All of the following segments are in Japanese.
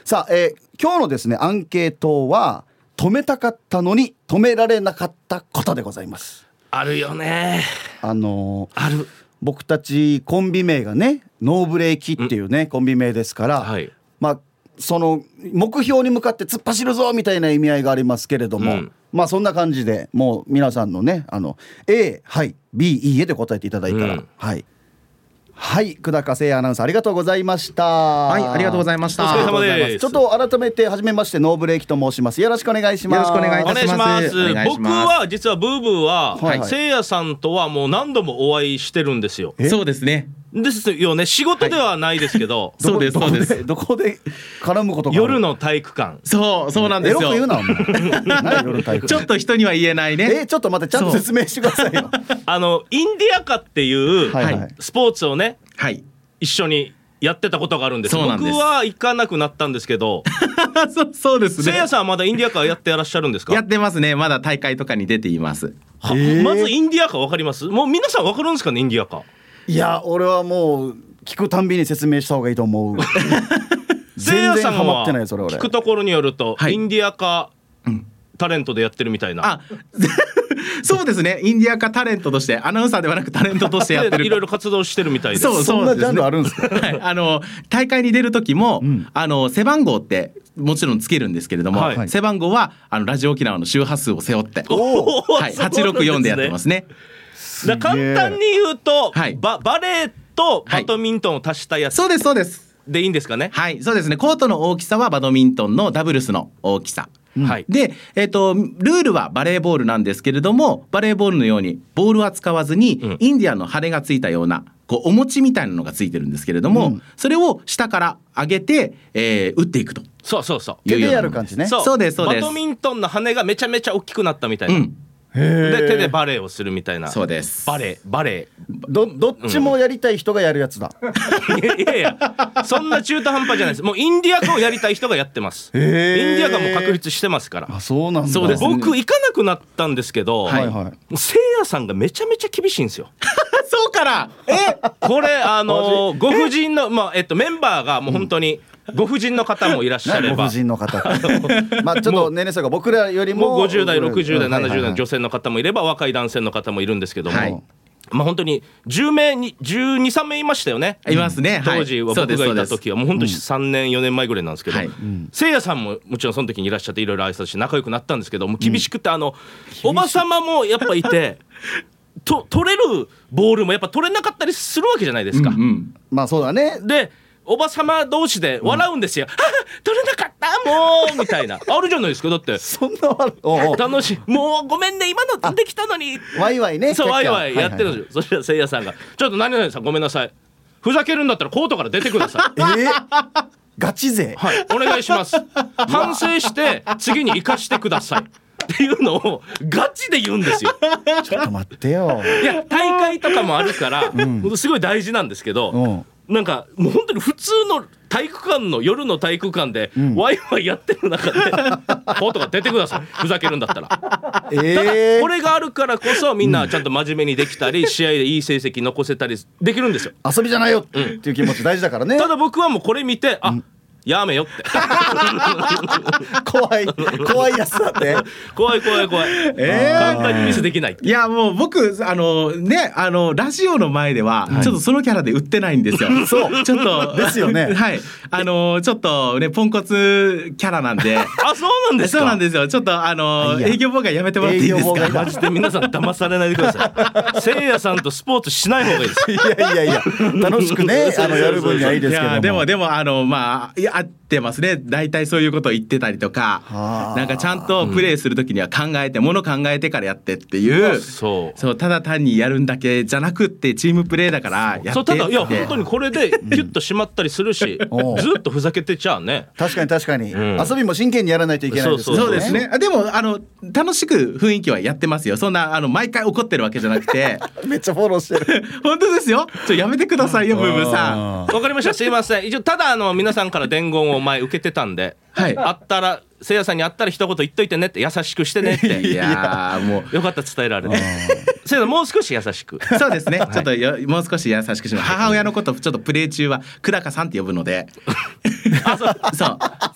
さあ、今日のですねアンケートは止めたかったのに止められなかったことでございます。 あるよね。ある。 僕たちコンビ名がねノーブレーキっていうね、コンビ名ですから、 はい、 まあその目標に向かって突っ走るぞみたいな意味合いがありますけれども、まあそんな感じでもう皆さんのねA はい B いいえで答えていただいたら、はいはい、久高誠也アナウンサーありがとうございました。 はい、ありがとうございました。 お疲れ様です。 ちょっと改めて初めましてノーブレーキと申します。よろしくお願いします。 よろしくお願いいたします。 僕は実はブーブーは誠也さんとはもう何度もお会いしてるんですよ。 そうですね。 ですよね。仕事ではないですけど、 そうですそうです。 どこで絡むことが夜の体育館。 そうなんですよ。 エロく言うなお前夜の体育館ちょっと人には言えないね。 ちょっと待って、ちゃんと説明してくださいよ。 インディアカっていうスポーツをね、 はい、 一緒にやってたことがあるんです。僕は行かなくなったんですけどそうですね。 せいやさんはまだインディアカやってらっしゃるんですか？ やってますね。まだ大会とかに出ています。 まずインディアカ分かります？もう皆さん分かるんですかね、インディアカ。 いや俺はもう聞くたんびに説明した方がいいと思う。全然ハマってない。それ俺聞くところによると、インディアカタレントでやってるみたいな。 そうですね。インディアカタレントとしてアナウンサーではなくタレントとしてやってる。 いろいろ活動してるみたいです。 そんなジャンルあるんですか？ 大会に出る時も、背番号ってもちろんつけるんですけれども、背番号はラジオ沖縄の周波数を背負って、864でやってますね。 簡単に言うと、バレーとバドミントンを足したやつ。 そうですそうです。 でいいんですかね？ はい、そうですね。コートの大きさはバドミントンのダブルスの大きさ。で、ルールはバレーボールなんですけれども、バレーボールのようにボールは使わずに、インディアンの羽がついたようなお餅みたいなのがついてるんですけれども、それを下から上げて、打っていくと。 そう手でやる感じね。 そうですそうです。 バドミントンの羽がめちゃめちゃ大きくなったみたいな、で手でバレーをするみたいな。 そうです。 バレーどっちもやりたい人がやるやつだ。 いやそんな中途半端じゃないです。もうインディアカをやりたい人がやってます。インディアカも確立してますから。 そうなんだ。 そうです。僕行かなくなったんですけど、せいやさんがめちゃめちゃ厳しいんですよ。 そうからこれご婦人の、メンバーがもう本当にご婦人の方もいらっしゃれば、 ご婦人の方まあちょっと年齢差が僕らよりも 50代60代70代の女性の方もいれば、若い男性の方もいるんですけども、まあ本当に10名に12、3名いましたよね。 いますね。 当時は僕がいた時はもう本当に3年4年前ぐらいなんですけど、せいやさんももちろんその時にいらっしゃっていろいろ挨拶して仲良くなったんですけど、もう厳しくておばさまもやっぱいて取れるボールもやっぱ取れなかったりするわけじゃないですか。 まあそうだね。 でおばさま同士で笑うんですよ。取れなかったもうみたいなあるじゃないですか。だってそんな楽しい、もうごめんね今のできたのにワイワイね。 そうワイワイやってるんですよ。そしたらせいやさんがちょっと何々さんごめんなさい、ふざけるんだったらコートから出てください。 ガチ勢。 お願いします。反省して次に生かしてくださいっていうのをガチで言うんですよ。 ちょっと待ってよ。 いや大会とかもあるから、すごい大事なんですけど、なんかもう本当に普通の体育館の夜の体育館でワイワイやってる中で、コートが出てください、ふざけるんだったら。ただこれがあるからこそみんなちゃんと真面目にできたり、試合でいい成績残せたりできるんですよ。 遊びじゃないよっていう気持ち大事だからね。 ただ僕はもうこれ見てやめよって怖いやつだって。 怖い簡単にミスできない。 いやもう僕ラジオの前ではちょっとそのキャラで売ってないんですよ。そうちょっとですよね。 はいちょっとねポンコツキャラなんで。 そうなんですか。 そうなんですよ。ちょっと営業妨害やめてもらっていいですか。 マジで皆さん騙されないでください。せいやさんとスポーツしない方がいいです。 いや楽しくねやる分にはいいですけども。 でも合ってますね。大体そういうことを言ってたりとか、なんかちゃんとプレーするときには考えて、考えてからやってっていう、そうただ単にやるんだけじゃなくってチームプレーだからやってって。そうただいや本当にこれでキュッと締まったりするし、ずっとふざけてちゃうね。 確かに、遊びも真剣にやらないといけないですね。 そうですね。でも楽しく雰囲気はやってますよ。そんな毎回怒ってるわけじゃなくてめっちゃフォローしてる。 本当ですよ。やめてくださいよブーブーさん。 わかりました。すいません。一応ただ皆さんから伝言を前受けてたんで、あったらせいやさんに会ったら一言言っといてねって、優しくしてねって。いやもうよかった伝えられて。せいやさんもう少し優しく。 そうですね。ちょっともう少し優しくします。母親のことちょっとプレー中は久高さんって呼ぶので。そう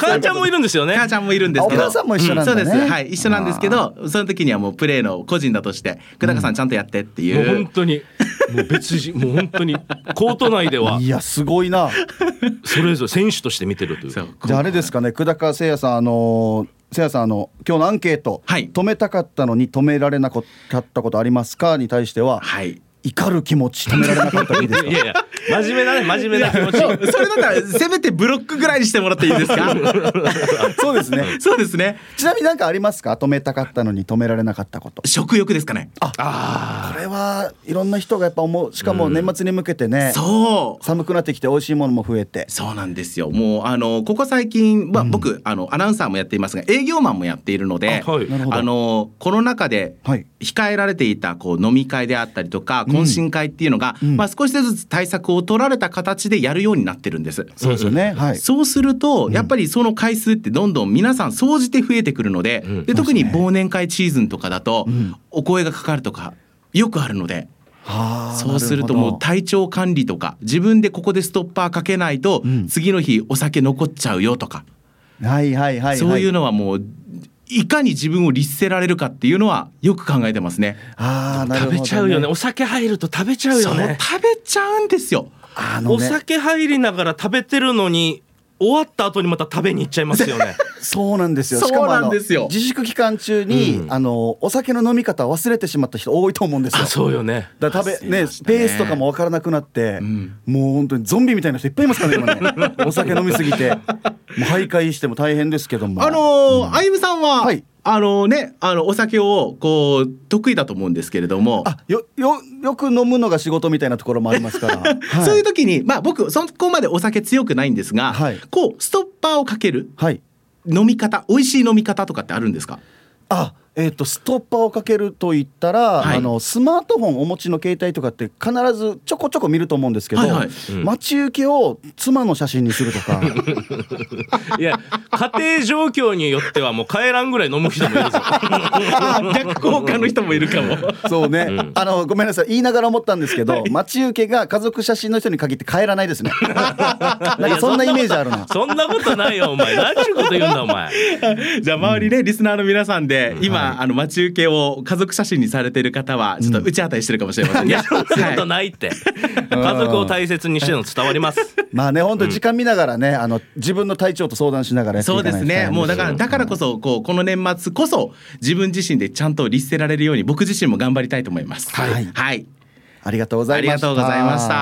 母ちゃんもいるんですよね。 母ちゃんもいるんですけど、 お母さんも一緒なんだね。 そうです、はい、一緒なんですけど、その時にはもうプレーの個人だとして久高さんちゃんとやってっていう、 もう本当にもう別人、もう本当にコート内ではいやすごいな。 それぞれ選手として見てるという。 じゃああれですかね、久高誠也さん、せやさん今日のアンケート、はい、止めたかったのに止められなかったことありますかに対しては、はい、怒る気持ち止められなかったらいいですか。 いやいや真面目な気持ち。 それだったらせめてブロックぐらいにしてもらっていいですか。 そうですね。 そうですね。 ちなみに何かありますか、止めたかったのに止められなかったこと。 食欲ですかね。 これはいろんな人がやっぱ思う。しかも年末に向けてね、そう寒くなってきて美味しいものも増えて。 そうなんですよ。もうここ最近は僕、アナウンサーもやっていますが営業マンもやっているので、コロナ禍で控えられていた飲み会であったりとか懇親会っていうのが、少しずつ対策を取られた形でやるようになってるんです。 そうですよね、はい、 そうするとやっぱりその回数ってどんどん皆さん総じて増えてくるので、で特に忘年会シーズンとかだと、お声がかかるとかよくあるので、そうするともう体調管理とか自分でここでストッパーかけないと、次の日お酒残っちゃうよとか、そういうのはもういかに自分を律せられるかっていうのはよく考えてますね。 なるほどね。 食べちゃうよね。お酒入ると食べちゃうよね。 そう食べちゃうんですよ。 お酒入りながら食べてるのに終わった後にまた食べに行っちゃいますよね。 そうなんですよ。 しかも自粛期間中に、お酒の飲み方忘れてしまった人多いと思うんですよ。 そうよね。 だからペースとかも分からなくなって、もう本当にゾンビみたいな人いっぱいいますからね今ね。お酒飲みすぎてもう徘徊しても大変ですけども、 あゆむさんは、はい、お酒を得意だと思うんですけれども、 よく飲むのが仕事みたいなところもありますから、はい、 そういう時に僕そこまでお酒強くないんですが、はい、ストッパーをかける、はい、飲み方、美味しい飲み方とかってあるんですか。 ストッパーをかけると言ったら、はい、スマートフォンお持ちの携帯とかって必ずちょこちょこ見ると思うんですけど、待ち受けを妻の写真にするとかいや家庭状況によってはもう帰らんぐらい飲む人もいるぞ。 逆効果の人もいるかも。 そうね、ごめんなさい言いながら思ったんですけど、待ち受けが家族写真の人に限って帰らないですね。なんかそんなイメージあるな。 そんなことないよお前。何ちゅうこと言うんだお前。 じゃあ周りね、リスナーの皆さんで今、待ち受けを家族写真にされている方はちょっと打ち当たりしてるかもしれませんね。 いやそんなことないって。家族を大切にしてるの伝わります。 まあね、本当に時間見ながらね、自分の体調と相談しながらやっていかないと。 そうですね。もうだからこそこの年末こそ自分自身でちゃんと律せられるように僕自身も頑張りたいと思います。はい、はい、 ありがとうございました。 ありがとうございました。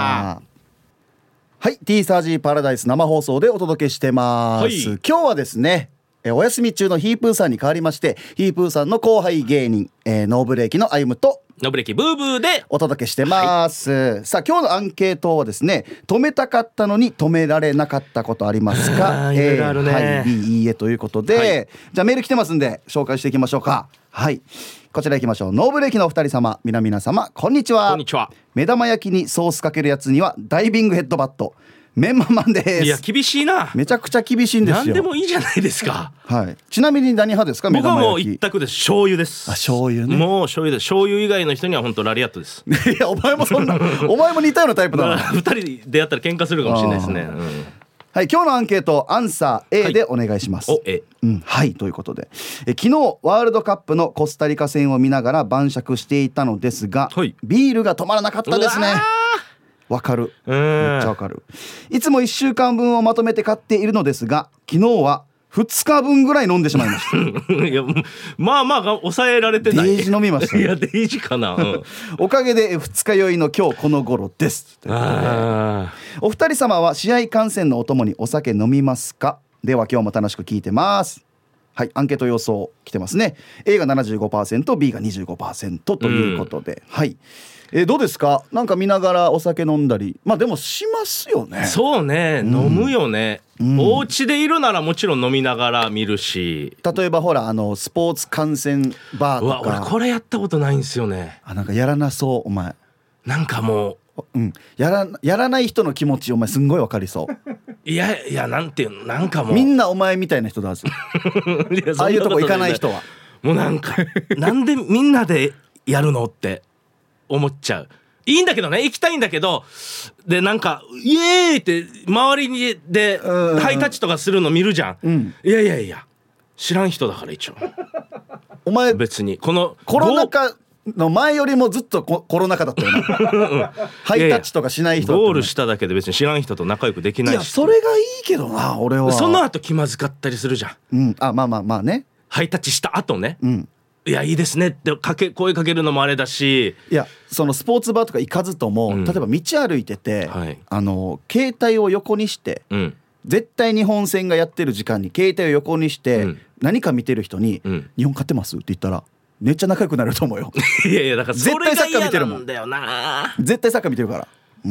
はい、T サージパラダイス生放送でお届けしてます。はい、今日はですね、お休み中のヒープーさんに代わりまして、ヒープーさんの後輩芸人、ノーブレーキのあゆむとノーブレーキブーブーでお届けしてます。はい、さあ今日のアンケートはですね、止めたかったのに止められなかったことありますか。 いろいろあるね。 はい、いいえということで、はい、じゃあメール来てますんで紹介していきましょうか。はい、こちら行きましょう。ノーブレーキのお二人様、皆様こんにちは。 こんにちは。 目玉焼きにソースかけるやつにはダイビングヘッドバットメンママンです。 いや厳しいな。 めちゃくちゃ厳しいんですよ。 何でもいいじゃないですか。 はい。ちなみに何派ですか。 僕はもう一択です。醤油です。 醤油ね。 もう醤油です。醤油以外の人には本当ラリアットです。 いやお前もそんなお前も似たようなタイプだな。 二人でやったら喧嘩するかもしれないですね。 はい、今日のアンケートアンサー A でお願いします。はいということで、昨日ワールドカップのコスタリカ戦を見ながら晩酌していたのですが、ビールが止まらなかったですね。わかる、めっちゃわかる。いつも1週間分をまとめて買っているのですが、昨日は2日分ぐらい飲んでしまいましたいやまあ抑えられてない。 デイジ飲みました、ね、 いやデイジかな、 おかげで二日酔いの今日この頃です。お二人様は試合観戦のお供にお酒飲みますか。では今日も楽しく聞いてます。はい、アンケート予想来てますね。 A が 75%、 B が 25% ということで、はい、どうですか。なんか見ながらお酒飲んだり、でもしますよね。 そうね、飲むよね。お家でいるならもちろん飲みながら見るし、 例えばほらスポーツ観戦バーとか。 俺これやったことないんですよね。 なんかやらなそうお前。 なんかもう、 やらない人の気持ちお前すんごいわかりそう。 いやなんていうの、なんかもうみんなお前みたいな人だぞああいうとこ行かない人はもうなんかなんでみんなでやるのって思っちゃう。 いいんだけどね、行きたいんだけど、でなんかイエーイって周りにでハイタッチとかするの見るじゃん、いやいやいや知らん人だから一応お前別にこのコロナ禍の前よりもずっとコロナ禍だったよなハイタッチとかしない人だったよね。 ゴールしただけで別に知らん人と仲良くできないし、 いやそれがいいけどな俺は。 その後気まずかったりするじゃん、 あまあね、 ハイタッチした後ね、いやいいですねって声かけるのもあれだし、 いやそのスポーツバーとか行かずとも、例えば道歩いてて、携帯を横にして、絶対日本戦がやってる時間に携帯を横にして、何か見てる人に、日本勝ってますって言ったらめっちゃ仲良くなると思うよいやいやだからそれが嫌なんだよな。 絶対サッカー見てるから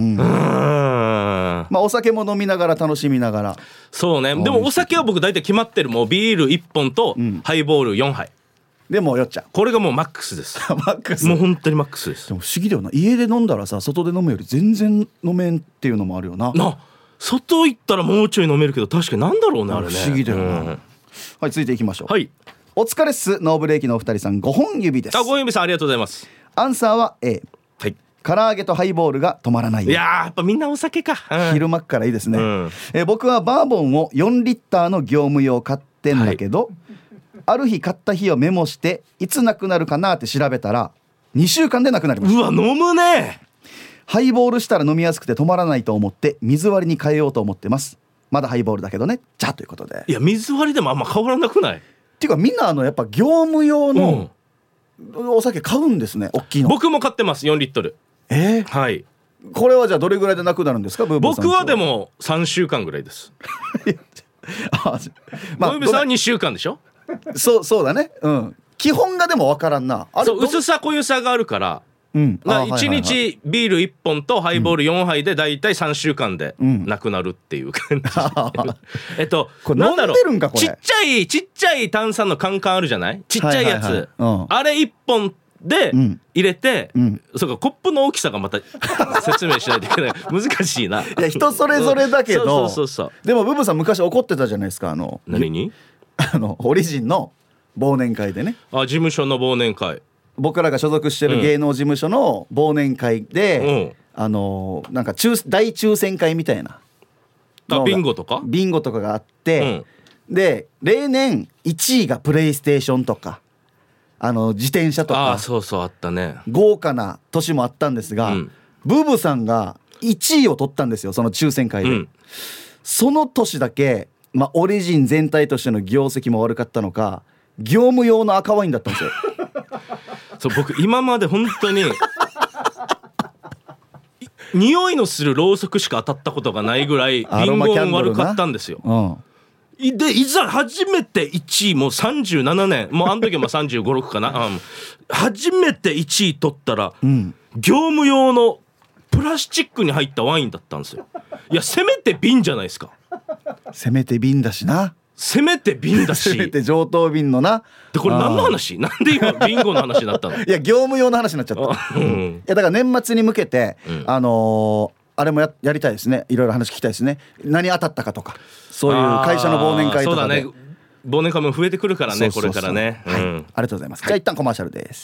まあお酒も飲みながら楽しみながら。 そうね。でもお酒は僕大体決まってる。もうビール1本とハイボール4杯、 でもよっちゃんこれがもうマックスですマックス。 もう本当にマックスです。 でも不思議だよな、家で飲んだらさ外で飲むより全然飲めんっていうのもあるよな。 外行ったらもうちょい飲めるけど確かになんだろうねあれね。 不思議だよな、はい続いていきましょう。 はい、 お疲れっす。ノーブレーキのお二人さん5本指です。 5本指さんありがとうございます。 アンサーは A。 はい、 唐揚げとハイボールが止まらない。 いややっぱみんなお酒か、 昼間っからいいですね、僕はバーボンを4リッターの業務用買ってんだけど、ある日買った日をメモしていつなくなるかなって調べたら2週間でなくなりました。 うわ飲むね。 ハイボールしたら飲みやすくて止まらないと思って水割りに変えようと思ってます。まだハイボールだけどねじゃあということで。 いや水割りでもあんま変わらなくない？ っていうかみんなやっぱ業務用のお酒買うんですね、大きいの。 僕も買ってます4リットル。はい。これはじゃあどれぐらいでなくなるんですか？ブーブーさん。 僕はでも3週間ぐらいですまあ、ブーブーさんは2週間でしょ。 そうだね、基本がでも分からんな。 そう薄さ濃ゆさがあるから、1日ビール1本とハイボール4杯でだいたい3週間でなくなるっていう感じこれ飲んでるんかこれ。 ちっちゃい炭酸のカンカンあるじゃない、ちっちゃいやつ、あれ1本で入れて、そうかコップの大きさがまた説明しないといけない難しいな。いや人それぞれだけどそうでもブブさん昔怒ってたじゃないですか。 何にオリジンの忘年会でね。 事務所の忘年会、 僕らが所属してる芸能事務所の忘年会で、なんか大抽選会みたいなビンゴとかがあって、で例年1位がプレイステーションとか自転車とかそうあったね、 豪華な年もあったんですが、ブブさんが1位を取ったんですよその抽選会で、その年だけ、オリジン全体としての業績も悪かったのか業務用の赤ワインだったんですよそう僕今まで本当に匂いのするろうそくしか当たったことがないぐらいリンゴ悪かったんですよ。でいざ初めて1位もう37年もうあの時は35、6かな、初めて1位取ったら、業務用のプラスチックに入ったワインだったんですよ。いやせめて瓶じゃないですか。 せめて瓶だしな。 せめて瓶だしせめて上等瓶のな。 でこれ何の話？なんで今ビンゴの話になったの？ いや業務用の話になっちゃった。いやだから年末に向けて、あれも やりたいですね。いろいろ話聞きたいですね。何当たったかとかそういう会社の忘年会とかで。 そうだね、忘年会も増えてくるからねこれからね、 ありがとうございます、じゃあ一旦コマーシャルです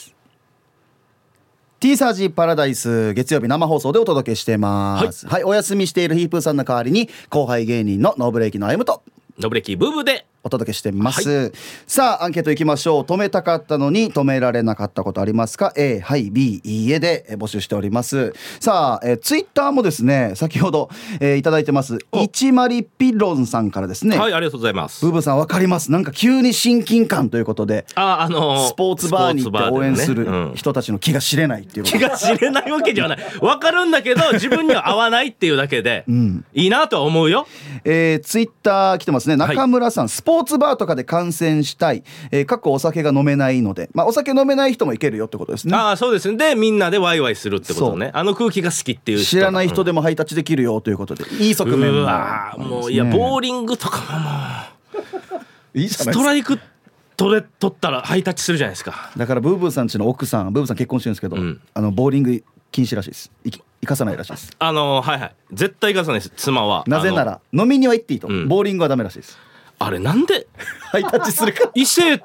。T サージパラダイス月曜日生放送でお届けしてます。はい、お休みしているヒープーさんの代わりに後輩芸人のノーブレーキのあゆむとノブレーキブーブーでお届けしてます、さあアンケートいきましょう。止めたかったのに止められなかったことありますか？ A はい B いいえで募集しております。さあ、ツイッターもですね先ほど、いただいてます。一まりピロンさんからですね。 はいありがとうございます。 ブーブーさんわかります。なんか急に親近感ということで、スポーツバーに行って応援する人たちの気が知れないっていう気が知れないわけじゃないわかるんだけど自分には合わないっていうだけで、いいなとは思うよ。 ツイッター来てますね。中村さん、スポーツバーとかで観戦したい、過去お酒が飲めないので、お酒飲めない人もいけるよってことですね。 そうですね。でみんなでワイワイするってことね。あの空気が好きっていう人、 知らない人でもハイタッチできるよということで、いい側面もあるんですね。 もういやボーリングとかももういいじゃないですか。ストライク取ったらハイタッチするじゃないですか。 だからブーブーさんちの奥さん、ブーブーさん結婚してるんですけど、ボーリング禁止らしいです。行かさないらしいです。 はい絶対行かさないです妻は。 なぜなら飲みには行っていいと、ボーリングはダメらしいです。 あれなんでハイタッチするか異性と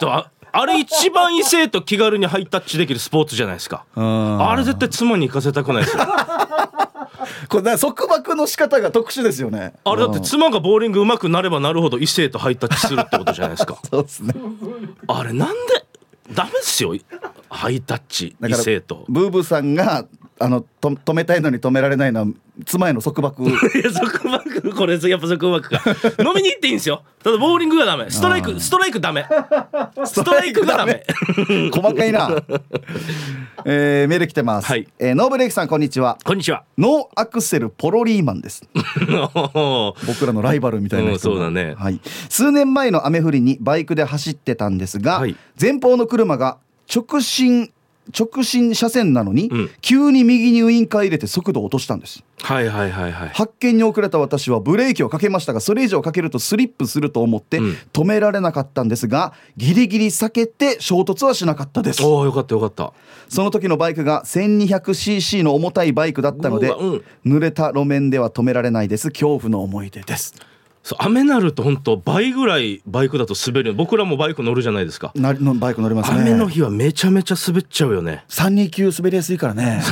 あれ一番異性と気軽にハイタッチできるスポーツじゃないですか。あれ絶対妻に行かせたくないですよ。 これ束縛の仕方が特殊ですよね。 あれだって妻がボーリング上手くなればなるほど異性とハイタッチするってことじゃないですか。 そうですね。 あれなんでダメですよ、ハイタッチ異性と。 ブーブーさんが止めたいのに止められないのは妻への束縛。 いや束縛、これやっぱ束縛か。飲みに行っていいんですよ。ただボーリングがダメ。ストライクダメ。ストライクがダメ。 細かいな。メール来てます。 はい。 ノーブレイクさんこんにちは。 こんにちは。 ノーアクセルポロリーマンです。僕らのライバルみたいな人、 そうだね。 はい。数年前の雨降りにバイクで走ってたんですが、はい、前方の車が直進車線なのに、急に右にウインカー入れて速度を落としたんです。発見に遅れた私はブレーキをかけましたが、それ以上かけるとスリップすると思って止められなかったんですが、ギリギリ避けて衝突はしなかったです。 おー、よかったよかった。 その時のバイクが 1200cc の重たいバイクだったので、濡れた路面では止められないです。恐怖の思い出です。 そう、雨なると本当倍ぐらいバイクだと滑る。僕らもバイク乗るじゃないですか。 バイク乗りますね。 雨の日はめちゃめちゃ滑っちゃうよね。 329滑りやすいからね。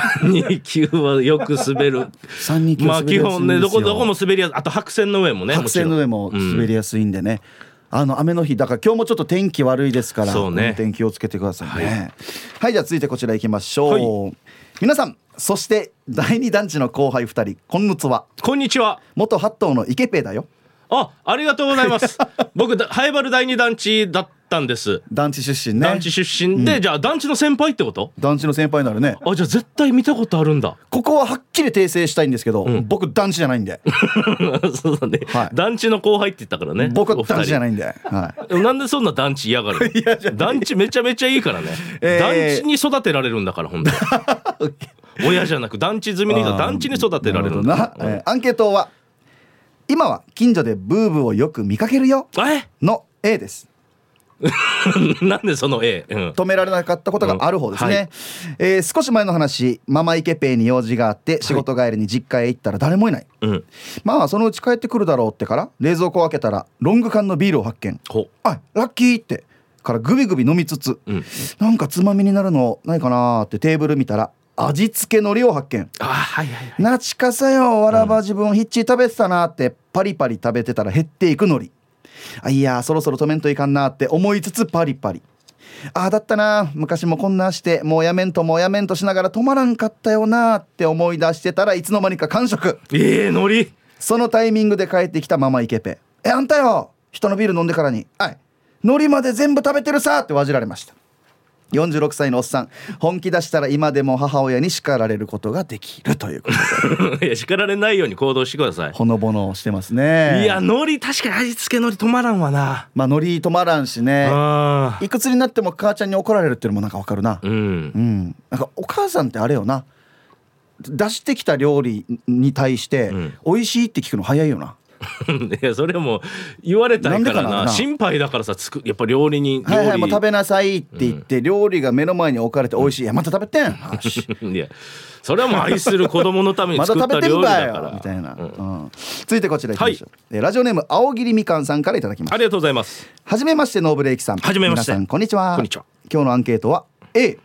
329はよく滑る。 329 まあ基本ね、どこも滑りやすい。あと白線の上もね、 白線の上も滑りやすいんでね、雨の日だから今日もちょっと天気悪いですから、 そうね、 天気をつけてくださいね。はい、じゃあ続いてこちら行きましょう。はい、皆さん、そして第二団地の後輩2人、こんにちは。 こんにちは。 元八頭のイケペイだよ。 ありがとうございます。僕ハエバル第二団地だったんです。 団地出身ね。 団地出身で、じゃあ団地の先輩ってこと？ 団地の先輩になるね。 じゃあ絶対見たことあるんだ。 ここははっきり訂正したいんですけど、僕団地じゃないんで。 そうだね、団地の後輩って言ったからね。 僕は団地じゃないんで、 なんでそんな団地嫌がる？団地めちゃめちゃいいからね。団地に育てられるんだから本当。親じゃなく団地済みの人は団地に育てられるんだ。 アンケートは今は近所でブーブーをよく見かけるよの A です。 なんでその A、 止められなかったことがある方ですね。少し前の話、ママイケペイに用事があって仕事帰りに実家へ行ったら誰もいない。まあそのうち帰ってくるだろうってから冷蔵庫を開けたらロング缶のビールを発見。ラッキーってからグビグビ飲みつつ、なんかつまみになるのないかなってテーブル見たら味付け海苔を発見。なちかさよ、わらば自分ヒッチ食べてたなってパリパリ食べてたら減っていく海苔。いやそろそろ止めんといかんなって思いつつパリパリ。だったな、昔もこんなしてもうやめんとしながら止まらんかったよなって思い出してたらいつの間にか完食。 海苔。 そのタイミングで帰ってきたママイケペ、あんたよ、人のビール飲んでからに海苔まで全部食べてるさってわじられました。46歳のおっさん、本気出したら今でも母親に叱られることができるということでいや叱られないように行動してください。 ほのぼのしてますね。 いや海苔確かに味付け海苔止まらんわな。 まあ海苔止まらんしね。いくつになっても母ちゃんに怒られるっていうのもなんかわかるな。なんかお母さんってあれよな、出してきた料理に対して美味しいって聞くの早いよな。 いやそれも言われたいからな、心配だからさ、やっぱ料理にもう食べなさいって言って、料理が目の前に置かれて美味しい、いやまた食べてんいやそれはもう愛する子供のために作った料理だからみたいな。続いてこちらいきましょう。ラジオネーム青桐みかんさんからいただきました。 ありがとうございます。 はじめましてノーブレイキさん。 はじめまして。 皆さんこんにちは。 こんにちは。 今日のアンケートは A。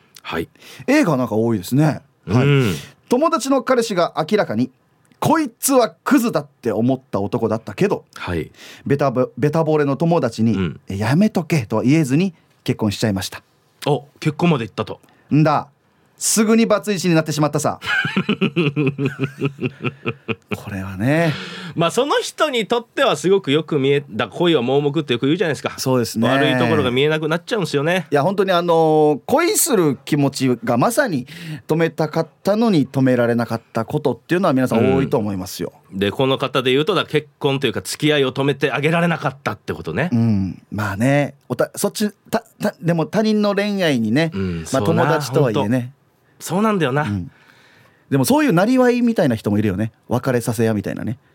A がなんか多いですね。友達の彼氏が明らかにこいつはクズだって思った男だったけど、ベタボレの友達に、やめとけとは言えずに結婚しちゃいました。 結婚まで行ったと。 んだ、すぐにバツイチになってしまったさこれはね、 まあその人にとってはすごくよく見えた、恋は盲目ってよく言うじゃないですか。 そうですね。 悪いところが見えなくなっちゃうんですよね。 いや本当に恋する気持ちがまさに止めたかったのに止められなかったことっていうのは皆さん多いと思いますよ。 でこの方で言うと結婚というか付き合いを止めてあげられなかったってことね。 まあね、そっちでも他人の恋愛にね、まあ友達とはいえね、 そうなんだよな。 でもそういうなりわいみたいな人もいるよね。別れさせやみたいなね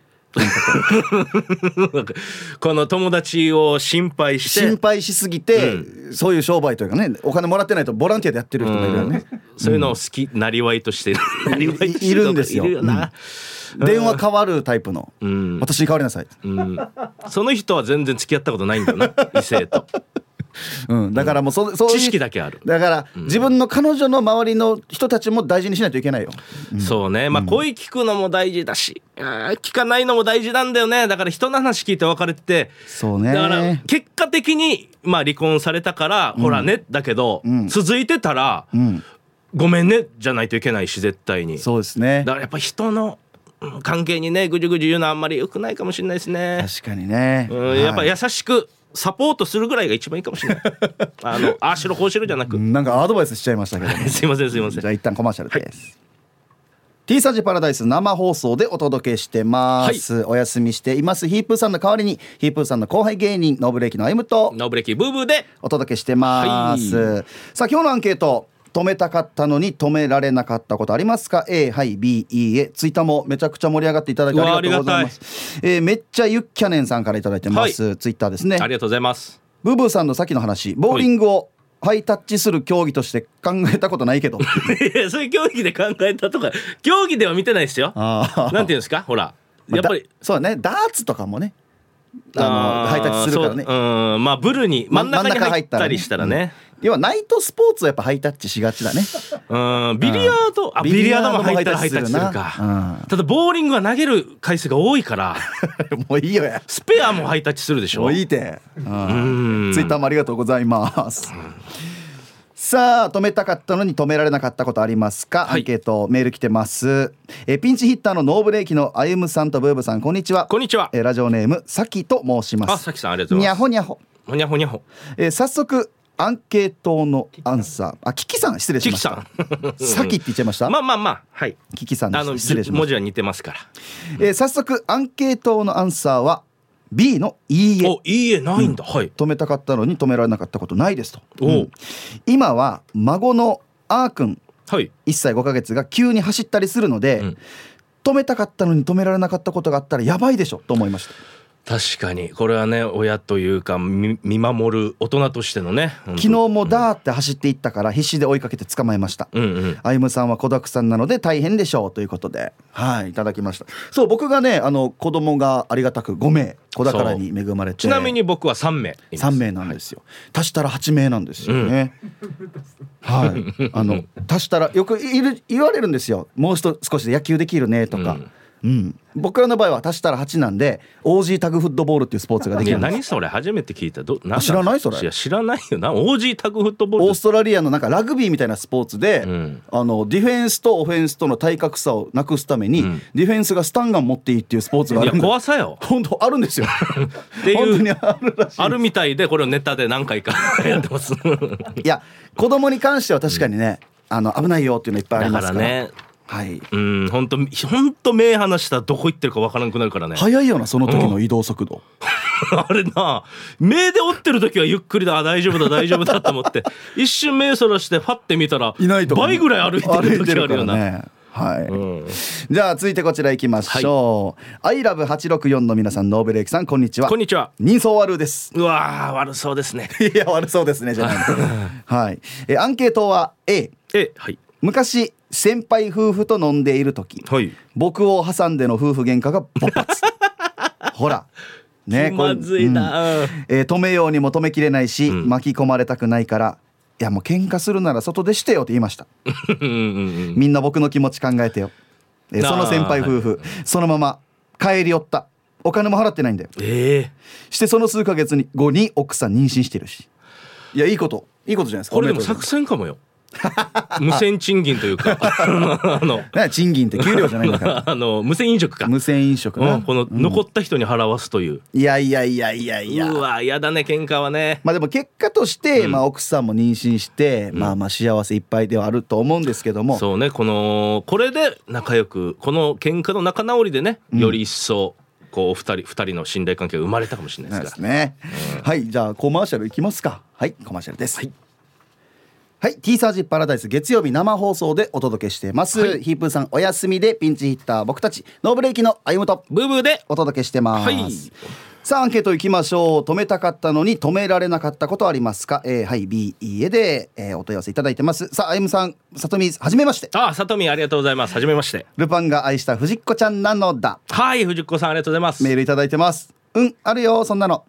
この友達を心配しすぎて、そういう商売というかね、お金もらってないとボランティアでやってる人もいるよね。 そういうのを好き、なりわいとしているんですよ。電話変わるタイプの、私に変わりなさい、 その人は全然付き合ったことないんだよな異性とだからもうそういう知識だけある。 だから、自分の彼女の周りの人たちも大事にしないといけないよ。 そうね、まあ声聞くのも大事だし、聞かないのも大事なんだよね。だから人の話聞いて別れて、 そうね、 だから結果的にまあ離婚されたから、ほらね、だけど、続いてたら、ごめんねじゃないといけないし、絶対に。 そうですね。 だからやっぱ人の関係にねぐじゅぐじゅ言うのはあんまり良くないかもしれないですね。 確かにね、 やっぱ優しくサポートするぐらいが一番いいかもしれないああしろこうしろじゃなく、 なんかアドバイスしちゃいましたけど、 すいませんすいません。 じゃあ一旦コマーシャルです、T サージパラダイス生放送でお届けしてます、お休みしていますヒープーさんの代わりにヒープーさんの後輩芸人ノーブレーキのあゆむとノーブレーキブーブーでお届けしてます、さあ今日のアンケート、止めたかったのに止められなかったことありますか？ A はい B いいえ。ツイッターもめちゃくちゃ盛り上がっていただきありがとうございます。めっちゃユッキャネンさんからいただいてます、ツイッターですね。 ありがとうございます。 ブーブーさんのさっきの話、ボーリングをハイタッチする競技として考えたことないけどいやそういう競技で考えたとか競技では見てないですよ。なんていうんですか、ほらやっぱりそうだね、ダーツとかもねハイタッチするからね。 まあブルに真ん中に入ったりしたらね、 要はナイトスポーツはやっぱハイタッチしがちだね。 ビリヤード、ビリヤードも入ったらハイタッチするか、ただボーリングは投げる回数が多いからもういいよや。 スペアもハイタッチするでしょ。 もういいて。ツイッターもありがとうございます、さあ止めたかったのに止められなかったことありますか？アンケートメール来てます。ピンチヒッターのノーブレーキのあゆむさんとブーブさん、こんにちは。 こんにちは。 ラジオネームさきと申します。 あ、さきさんありがとうございます。 にゃほにゃほにゃほにゃほ。 早速アンケートのアンサー、キキさん失礼しました。さきって言っちゃいました。 まあはい、 キキさんです。失礼しました。 文字は似てますから、 早速アンケートのアンサーは B のいいえ。 お、いいえないんだ、はい。 止めたかったのに止められなかったことないですと、今は孫のあーくん、1歳5ヶ月が急に走ったりするので、止めたかったのに止められなかったことがあったらやばいでしょと思いました。 確かにこれはね、親というか見守る大人としてのね。 昨日もダーって走っていったから必死で追いかけて捕まえました、あゆむさんは子だくさんなので大変でしょうということで、いただきました。そう、僕がね子供がありがたく5名子宝に恵まれて、 ちなみに僕は3名 3名なんですよ、足したら8名なんですよね、足したらよく言われるんですよ。もう少しで野球できるねとか、僕らの場合は足したら8なんでオージータグフットボールっていうスポーツができるんです。 何それ初めて聞いた。 知らないそれ。 いや知らないよな。オージータグフットボール、 オーストラリアのなんかラグビーみたいなスポーツで、ディフェンスとオフェンスとの体格差をなくすために、ディフェンスがスタンガン持っていいっていうスポーツがあるんで。 いや怖さよ。 本当あるんですよっていう本当にあるらしい。 あるみたいで、これをネタで何回かやってますいや子供に関しては確かにね、危ないよっていうのいっぱいありますから。 だからね、本当目離したらどこ行ってるか分からなくなるからね。 早いよなその時の移動速度、 あれな、目で追ってる時はゆっくりだ、大丈夫だと思って一瞬目そらしてファッて見たらいないと倍ぐらい歩いてる時あるよな。 じゃあ続いてこちら行きましょう。アイラブ864の皆さん、ノーベルエキさん、こんにちは。 こんにちは。 人相悪です。 うわー、悪そうですねいや悪そうですねじゃないアンケートは A。 昔先輩夫婦と飲んでいる時、僕を挟んでの夫婦喧嘩が勃発ほらね、 気まずいな、 止めようにも止めきれないし、巻き込まれたくないから、いやもう喧嘩するなら外でしてよって言いましたみんな僕の気持ち考えてよ。その先輩夫婦、そのまま帰り寄った。お金も払ってないんだよ。してその数ヶ月後に奥さん妊娠してるし。いやいいことじゃないですか。 これでも作戦かもよ無銭賃金というか賃金って給料じゃないんだから無銭飲食か。 無銭飲食な、 この残った人に払わすという、 いやうわやだね喧嘩はね。 でも結果として、奥さんも妊娠して、幸せいっぱいではあると思うんですけども、 そうね、これで仲良く、この喧嘩の仲直りでね、より一層こう二人の信頼関係が生まれたかもしれないですからね。じゃあコマーシャルいきますか。コマーシャルです。T サージパラダイス月曜日生放送でお届けしています、ヒープーさんお休みでピンチヒッター僕たちノーブレーキのあゆむとブーブーでお届けしてます、さあアンケートいきましょう。止めたかったのに止められなかったことありますか？B いいえで、お問い合わせいただいてます。さああゆむさん、さとみはじめまして。 さとみありがとうございます。はじめまして。 ルパンが愛した藤子ちゃんなのだ。 藤子さんありがとうございます。 メールいただいてます。あるよそんなの。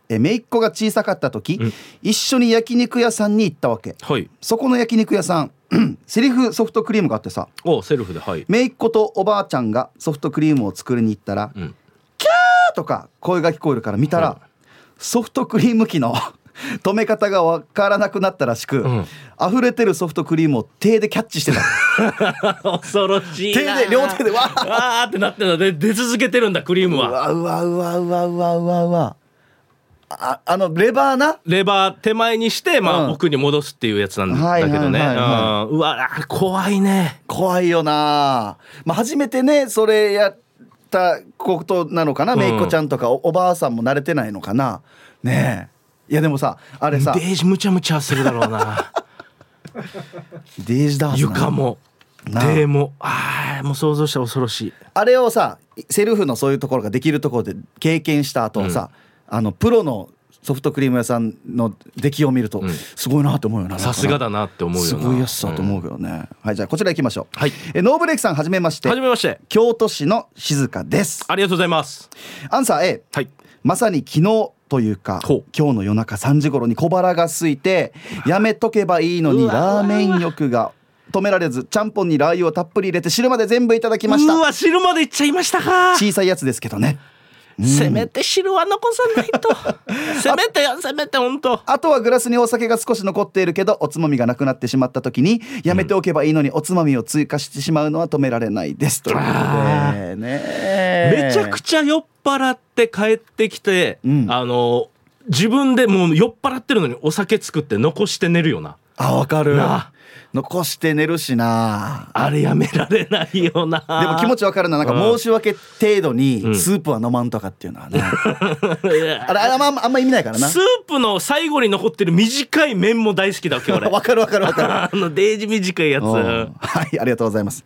姪っ子が小さかった時、一緒に焼肉屋さんに行ったわけ、 はい、 そこの焼肉屋さんセリフソフトクリームがあってさ、 セルフで、はい、 姪っ子とおばあちゃんがソフトクリームを作りに行ったら、キャーとか声が聞こえるから見たら、ソフトクリーム機の止め方が分からなくなったらしく、溢れてるソフトクリームを手でキャッチしてた恐ろしいな。 手で両手でわーってなってるので出続けてるんだ、クリームは。 うわレバーな、 レバー手前にして、奥に戻すっていうやつなんだけどね。うわ怖いね。 怖いよな。初めてねそれやったことなのかな、めいっ子ちゃんとか おばあさんも慣れてないのかなねえ。いやでもさ、あれさデージムチャムチャするだろうなデージだはずな、 床も手ももう想像したら恐ろしい。 あれをさセルフのそういうところができるところで経験した後はさ、プロのソフトクリーム屋さんの出来を見ると、すごいなって思うよな。 さすがだなって思うよな。 すごいやつさと思うけどね、はい、じゃあこちら行きましょう。 はい、 ノーブレイクさんはじめまして。 はじめまして。 京都市の静香です。 ありがとうございます。 アンサー A、 はい、 まさに昨日というか今日の夜中3時頃に小腹が空いてやめとけばいいのにラーメン欲が止められず、ちゃんぽんにラー油をたっぷり入れて汁まで全部いただきました。 うわ、汁までいっちゃいましたか。 小さいやつですけどね、 せめて汁は残さないとせめて本当。 あとはグラスにお酒が少し残っているけどおつまみがなくなってしまった時にやめておけばいいのにおつまみを追加してしまうのは止められないですということでね。 めちゃくちゃ酔っ払って帰ってきて、自分でもう酔っ払ってるのにお酒作って残して寝るよな。 わかる。残して寝るしな。 あれやめられないよな。 でも気持ちわかるな。なんか申し訳程度にスープは飲まんとかっていうのはね、あれあんま意味ないからな。 スープの最後に残ってる短い麺も大好きだっけ俺。 わかるデージ短いやつ。 はい、ありがとうございます。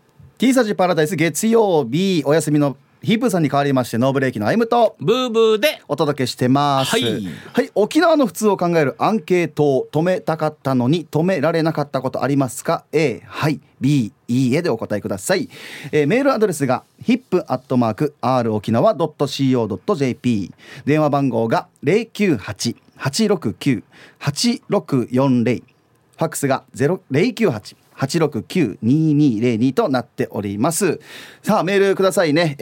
T サジパラダイス月曜日お休みのヒープーさんに代わりましてノーブレーキのアイムとブーブーでお届けしてます。はい、沖縄の普通を考えるアンケートを止めたかったのに止められなかったことありますか。 A はい、 B いいえでお答えください。メールアドレスが hip@r-okinawa.co.jp、 電話番号が 098-869-8640、 ファックスが098-869-2202となっております。さあメールくださいね。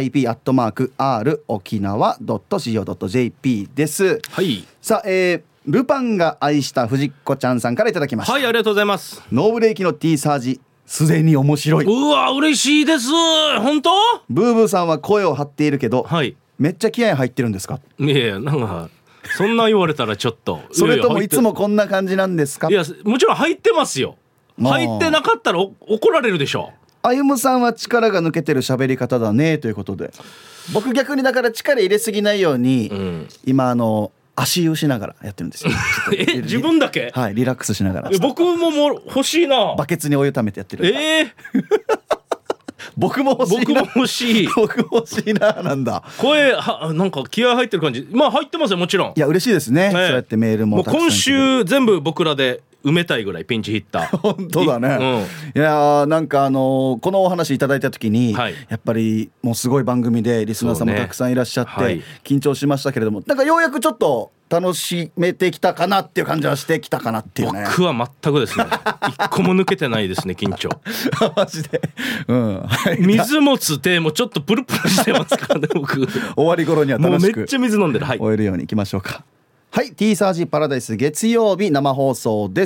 hip@r-okinawa.co.jp です。 はい、 さあ、ルパンが愛した藤子ちゃんさんからいただきました。 はい、ありがとうございます。 ノーブレーキの T サージすでに面白い。 うわ嬉しいです。本当。 ブーブーさんは声を張っているけど、はい、めっちゃ気合入ってるんですか。 いやなんかそんな言われたらちょっとそれともいつもこんな感じなんですか。 いやもちろん入ってますよ。入ってなかったら怒られるでしょ。 あゆむさんは力が抜けてる喋り方だねということで、僕逆にだから力入れすぎないように、今足湯しながらやってるんですよ自分だけ。 はい、リラックスしながら。 僕も欲しいな。 バケツにお湯ためてやってる。僕も欲しいな。なんだ声なんか気合入ってる感じ。入ってますよもちろん。 いや嬉しいですね、そうやってメールもたくさん。 今週全部僕らで埋めたいぐらいピンチヒッター。 本当だね、いやなんかこのお話いただいた時に、やっぱりもうすごい番組でリスナーさんもたくさんいらっしゃって、緊張しましたけれども、なんかようやくちょっと楽しめてきたかなっていう感じはしてきたかなっていうね。 僕は全くですね一個も抜けてないですね緊張マジで、 水持つ手もちょっとプルプルしてますからね僕終わり頃には楽しくもうめっちゃ水飲んでる。 終えるようにいきましょうか。はい、 T サージパラダイス月曜日生放送です。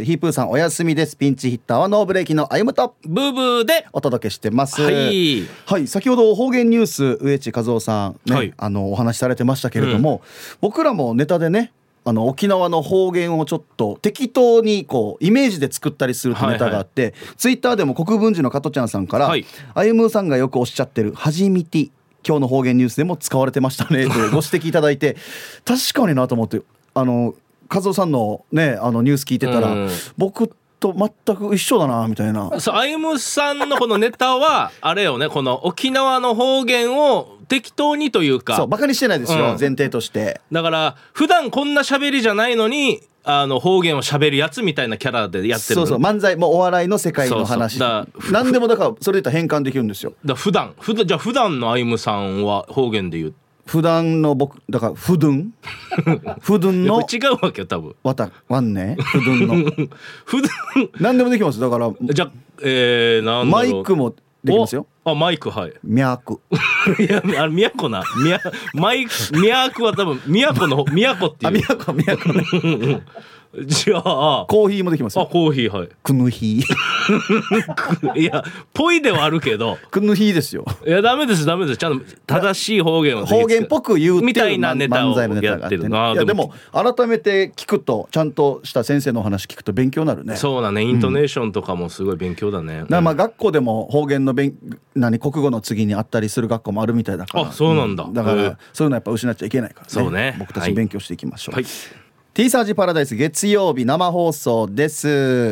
ヒープーさんお休みです。ピンチヒッターはノーブレーキのあゆむとブーブーでお届けしてます。 はい、 先ほど方言ニュース上地和夫さん、ね、お話しされてましたけれども、僕らもネタでね沖縄の方言をちょっと適当にこうイメージで作ったりするネタがあって、ツイッターでも国分寺の加トちゃんさんから、あゆむさんがよくおっしゃってるはじみて今日の方言ニュースでも使われてましたねとご指摘いただいて確かになと思って、和夫さんのねニュース聞いてたら、僕と全く一緒だなみたいな。 そう、あゆむさんのこのネタはあれよね、この沖縄の方言を適当にというか、 そうバカにしてないですよ、前提として。 だから普段こんな喋りじゃないのに方言を喋るやつみたいなキャラでやってる。 そう漫才もお笑いの世界の話。何でもだからそれで言ったら変換できるんですよ。 普段のあゆむさんは方言で言う普段の僕だから普段の違うわけよ多分ワンね普段の普段何でもできます。だからじゃなんだろうマイクもできますよ。 マイクはい都いや都なマイク都は多分都の都っていう都ねじゃあコーヒーもできますよ。 コーヒーはいクヌヒいやぽいではあるけどクヌヒですよ。 いやダメですちゃんと正しい方言を方言っぽく言うっていうみたいなネタを漫才のネタがあってね。 やってるいやでも改めて聞くとちゃんとした先生のお話聞くと勉強になるね。 そうだねイントネーションとかもすごい勉強だね、 まあ学校でも方言の国語の次にあったりする学校もあるみたいだから。 あそうなんだ、 だからそういうのやっぱ失っちゃいけないからね。 そうね僕たち勉強していきましょう。 はい T サージパラダイス月曜日生放送です。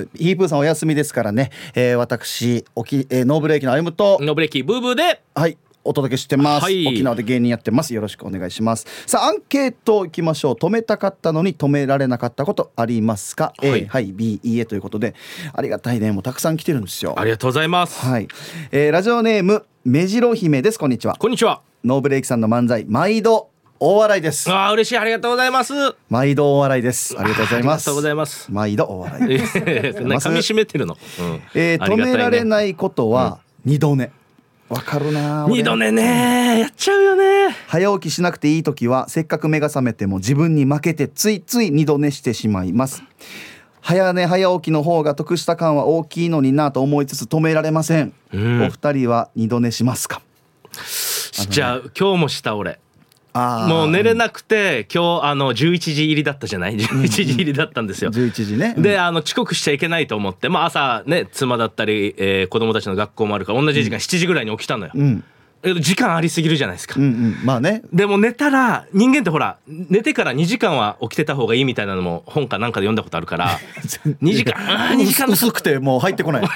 ヒープーさんお休みですからね、私ノーブレーキの歩むとノーブレーキブーブーではいお届けしてます、 はい、 沖縄で芸人やってます。よろしくお願いします。さあアンケートいきましょう。止めたかったのに止められなかったことありますか？はい、はい、B いいえということでありがたいね。もうたくさん来てるんですよ。 ありがとうございます。 はい、ラジオネーム目白姫です。こんにちは。 こんにちは。 ノーブレーキさんの漫才毎度大笑いです。 嬉しい。ありがとうございます。 毎度大笑いです。ありがとうございます。 ありがとうございます。 毎度大笑いです。 噛み締めてるの、 止められないことは二度寝。わかるな。 二度寝ねやっちゃうよね。 早起きしなくていい時はせっかく目が覚めても自分に負けてついつい二度寝してしまいます。早寝早起きの方が得した感は大きいのになと思いつつ止められません、お二人は二度寝しますか？ じゃあ今日もした俺もう寝れなくて今日11時入りだったじゃない11時入りだったんですよ。 11時ね、 で遅刻しちゃいけないと思って、朝ね妻だったり、子供たちの学校もあるから同じ時間7時ぐらいに起きたのよ、時間ありすぎるじゃないですか、 まあね。 でも寝たら人間ってほら寝てから2時間は起きてた方がいいみたいなのも本かなんかで読んだことあるから2時間薄くてもう入ってこない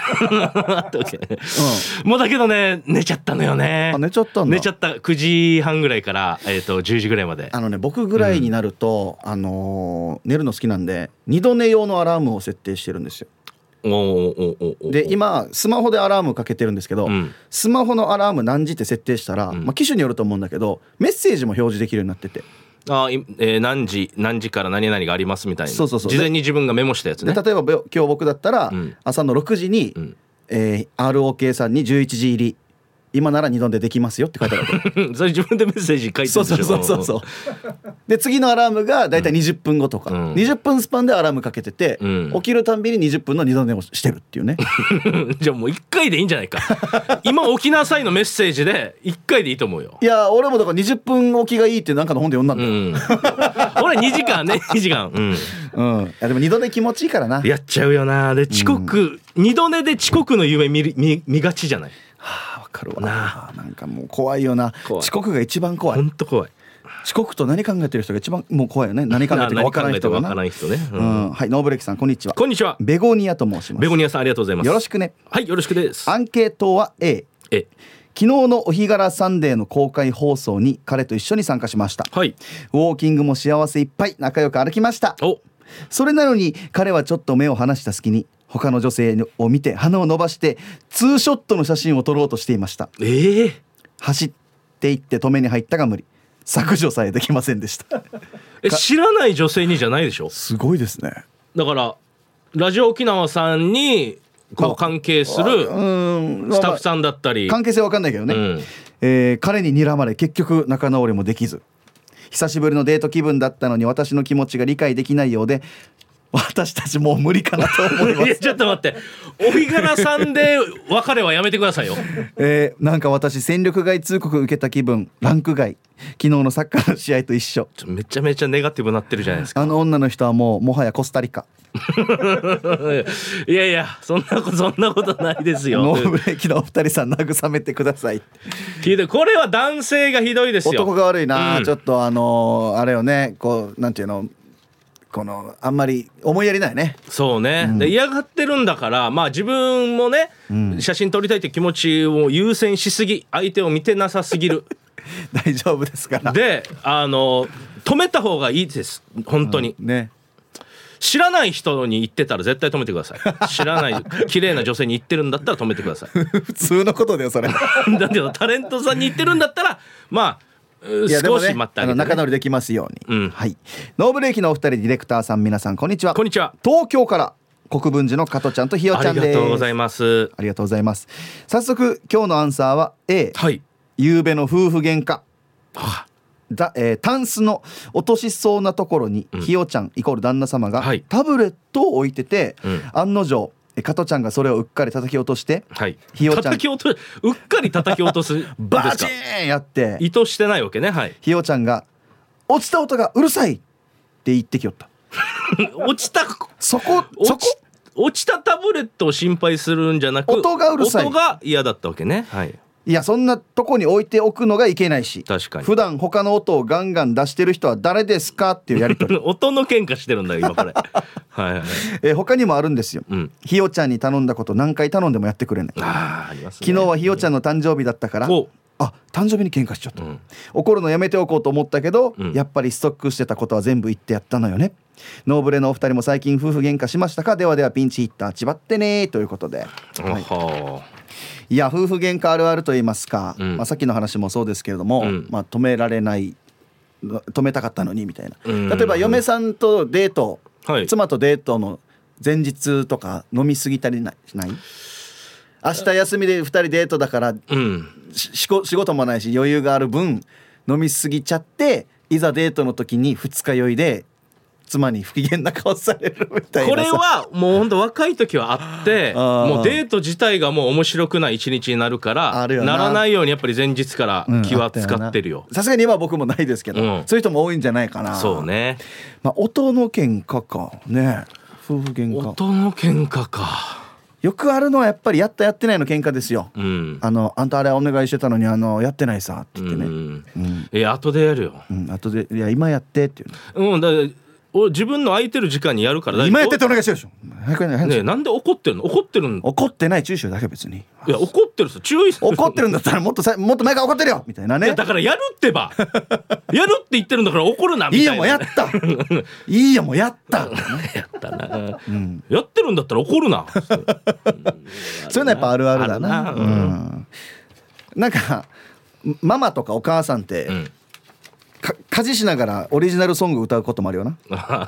もうだけどね寝ちゃったのよね。 寝ちゃったんだ。 寝ちゃった9時半ぐらいから、10時ぐらいまで僕ぐらいになると、寝るの好きなんで二度寝用のアラームを設定してるんですよ。で今スマホでアラームかけてるんですけど、スマホのアラーム何時って設定したら、機種によると思うんだけどメッセージも表示できるようになってて、 何時から何々がありますみたいな。 そう事前に自分がメモしたやつね。 で例えば今日僕だったら、朝の6時に、ROK さんに11時入り今なら2度でできますよって書いてあるわけそれ自分でメッセージ書いてるでしょ。 そうで次のアラームがだいたい20分後とか、20分スパンでアラームかけてて、起きるたんびに20分の2度寝をしてるっていうねじゃあもう1回でいいんじゃないか今起きなさいのメッセージで1回でいいと思うよ。 いや俺もだから20分起きがいいってなんかの本で読んだんだよ、 俺2時間ね2時間いやでも2度寝気持ちいいからな。 やっちゃうよな。で遅刻、2度寝で遅刻の夢見がちじゃない。 わかるわなんかもう怖いよな。遅刻が一番怖い。 ほんと怖い。 遅刻と何考えてる人が一番もう怖いよね。何考えてるか分からない人がな。 はい、 ノーブレーキさんこんにちは。 こんにちは。 ベゴニアと申します。 ベゴニアさんありがとうございます。 よろしくね。 はいよろしくです。 アンケートは A。昨日のお日柄サンデーの公開放送に彼と一緒に参加しました、ウォーキングも幸せいっぱい仲良く歩きました。それなのに彼はちょっと目を離した隙に他の女性を見て鼻を伸ばしてツーショットの写真を撮ろうとしていました。走っていって止めに入ったが無理。削除さえできませんでした知らない女性にじゃないでしょ。 すごいですね。 だからラジオ沖縄さんにこう関係するスタッフさんだったり、 関係性は分かんないけどね、彼に睨まれ結局仲直りもできず、久しぶりのデート気分だったのに私の気持ちが理解できないようで私たちもう無理かなと思いますちょっと待って、お日柄さんで別れはやめてくださいよなんか私戦力外通告受けた気分、ランク外、昨日のサッカーの試合と一緒。 めちゃめちゃネガティブになってるじゃないですか。 あの女の人はもはやコスタリカいやいやそんなことないですよ。 ノーブレーキのお二人さん慰めてください。 聞いて、これは男性がひどいですよ。 男が悪いな、ちょっとあれよね、こうなんていうの、このあんまり思いやりないね。 そうね、で嫌がってるんだから、自分もね、写真撮りたいって気持ちを優先しすぎ、相手を見てなさすぎる大丈夫ですから。 で止めた方がいいです本当に、 ね。 知らない人に言ってたら絶対止めてください。知らない綺麗な女性に言ってるんだったら止めてください普通のことだよそれだけどタレントさんに言ってるんだったら少し待ってあげて、ね、 仲直りできますように、はい。ノーブレーキのお二人、ディレクターさん、皆さんこんにちは。 こんにちは。 東京から国分寺の加トちゃんとひよちゃんです。 ありがとうございます。 ありがとうございます。早速今日のアンサーは A、 はい、 夕べの夫婦喧嘩。タンスの落としそうなところに、ひよちゃんイコール旦那様がタブレットを置いてて、案の定加トちゃんがそれをうっかり叩き落として、 ひよちゃんうっかり叩き落とすバチーンやって意図してないわけね。 ひよちゃんが落ちた音がうるさいって言ってきよった落ちたタブレットを心配するんじゃなく、 音がうるさい、 音が嫌だったわけね。 いや、そんなとこに置いておくのがいけないし、 確かに普段他の音をガンガン出してる人は誰ですかっていうやり取り音の喧嘩してるんだよ今これ他にもあるんですよ、ひよちゃんに頼んだこと何回頼んでもやってくれない。 ありますね。 昨日はひよちゃんの誕生日だったから、誕生日に喧嘩しちゃった、怒るのやめておこうと思ったけど、やっぱりストックしてたことは全部言ってやったのよね。ノーブレのお二人も最近夫婦喧嘩しましたか？ではではピンチヒッターちばってねということで、いや、夫婦喧嘩あるあると言いますか、さっきの話もそうですけれども、止められない、止めたかったのにみたいな、例えば嫁さんとデート、妻とデートの前日とか飲み過ぎたりない？明日休みで2人デートだから、仕事もないし余裕がある分飲み過ぎちゃって、いざデートの時に二日酔いで妻に不機嫌な顔されるみたいな。 これはもう本当若い時はあってもうデート自体がもう面白くない一日になるからならないようにやっぱり前日から気は使ってるよ。 さすがに今は僕もないですけど、そういう人も多いんじゃないかな。 そうね、 音の喧嘩かね。夫婦喧嘩、 音の喧嘩か。 よくあるのはやっぱりやったやってないの喧嘩ですよ、あんたあれお願いしてたのにやってないさって言ってね、 いや後でやるよ、 後で、いや今やってっていう、 だ自分の空いてる時間にやるから今やってってお願いしようでしょ。 ねえ、なんで怒ってるの？怒ってない注意だけ別に。 いや怒ってるんですよ、注意する。 怒ってるんだったらもっと前から怒ってるよみたいなね。 だからやるってばやるって言ってるんだから怒るなみたいな。 いいよもうやったいいよもうやったやったな、やってるんだったら怒るなそういうのやっぱあるあるだな。なんかママとかお母さんって、家事しながらオリジナルソング歌うこともあるよな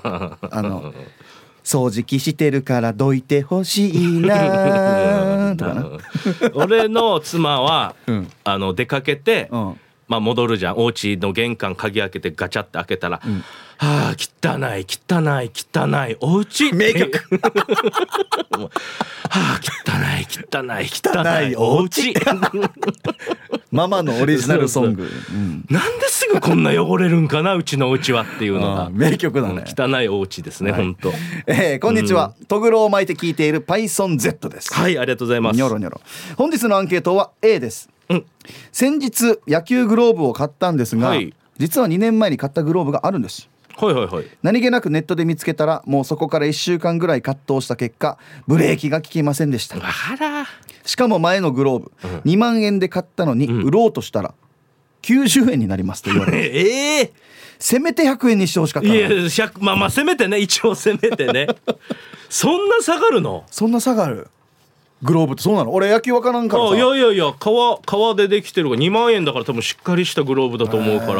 掃除機してるからどいてほしいなとかな俺の妻は、出かけて、戻るじゃん。お家の玄関鍵開けてガチャって開けたら、はあ汚いお家名曲はあ汚いお家ママのオリジナルソング、 なんですぐこんな汚れるんかなうちのお家はっていうのが名曲だね。 汚いお家ですね、本当。 こんにちは、トグロを巻いて聞いている PythonZ です。 はい、ありがとうございます。 ニョロニョロ。本日のアンケートは A です、先日野球グローブを買ったんですが、実は2年前に買ったグローブがあるんです。何気なくネットで見つけたら、もうそこから1週間ぐらい葛藤した結果ブレーキが効きませんでした。しかも前のグローブ、2万円で買ったのに、売ろうとしたら90円になりますと言われて、せめて100円にしてほしかったな。 いやせめてね、一応せめてねそんな下がるの？ そんな下がるグローブってそうなの？俺野球わからんからさ。 いや革でできてるから2万円だから多分しっかりしたグローブだと思うから。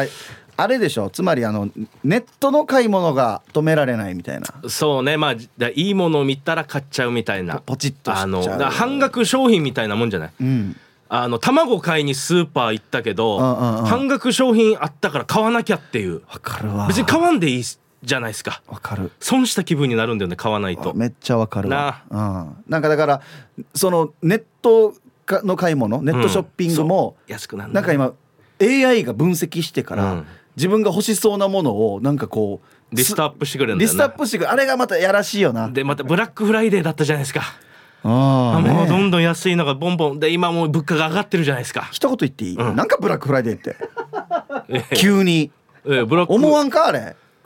あれでしょ、つまりネットの買い物が止められないみたいな。 そうね、いいものを見たら買っちゃうみたいな、 ポチッとしちゃう半額商品みたいなもんじゃない、卵買いにスーパー行ったけど、半額商品あったから買わなきゃっていう。 わかるわ。 別に買わんでいいじゃないですか。 わかる。 損した気分になるんだよね、買わないと。 めっちゃわかるわなんかだからそのネットの買い物、ネットショッピングも、 安くなる。 なんか今 AI が分析してから、自分が欲しそうなものをなんかこうリストアップしてくれるんだよね。 リストアップしてくれる。あれがまたやらしいよな。 でまたブラックフライデーだったじゃないですか。もうどんどん安いのがボンボンで、今もう物価が上がってるじゃないですか。 一言言っていい？なんかブラックフライデーって急に思わんかあれ。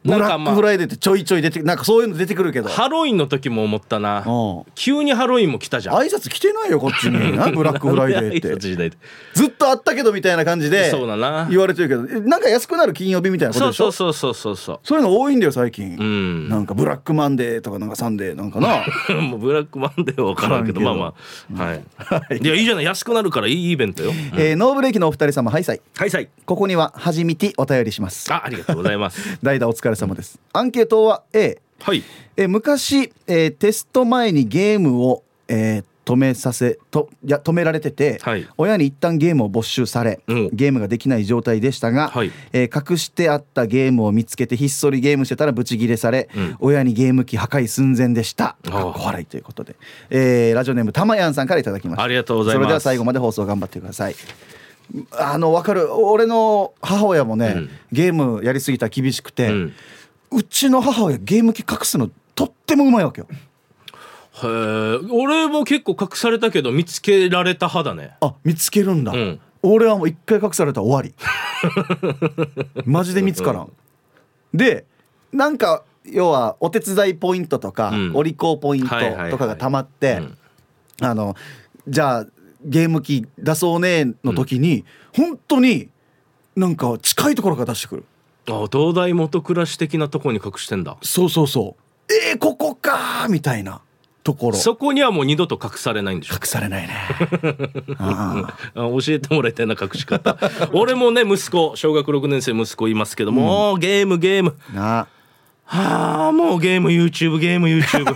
ブラックフライデーってちょいちょい出てなんかそういうの出てくるけど、 ハロウィンの時も思ったな。急にハロウィンも来たじゃん。 挨拶来てないよこっちになブラックフライデーってずっとあったけどみたいな感じでそうだな言われてるけど、なんか安くなる金曜日みたいなことでしょ。 そうそういうの多いんだよ最近、なんかブラックマンデーとかなんかサンデーなんかなもうブラックマンデーは分からんけどまあまあ、はいいやいいじゃない、安くなるからいいイベントよ。 ノーブレーキのお二人様、はいさい。 はいさい。 ここにははじみてお便りします。 ありがとうございます代打お疲れ様です。アンケートは A。 はい。 昔、テスト前にゲームを、止められてて、はい、親に一旦ゲームを没収され、ゲームができない状態でしたが、はい、隠してあったゲームを見つけてひっそりゲームしてたらブチギレされ、親にゲーム機破壊寸前でした。かっこ笑いということで、ラジオネームたまやんさんからいただきました。 ありがとうございます。 それでは最後まで放送頑張ってください。分かる。俺の母親もね、ゲームやりすぎたら厳しくて、うちの母親ゲーム機隠すのとってもうまいわけよ。 へー、俺も結構隠されたけど見つけられた派だね。 あ、見つけるんだ、俺はもう一回隠されたら終わりマジで見つからん。でなんか要はお手伝いポイントとか、お利口ポイントとかがたまって、じゃあゲーム機出そうねの時に、本当になんか近いところから出してくる。 東大元暮らし的なところに隠してんだ。 そうここかみたいなところ。 そこにはもう二度と隠されないんでしょ。 隠されないね教えてもらいたいな隠し方俺もね息子小学6年生息子いますけども、ゲームなもうゲーム YouTube ゲーム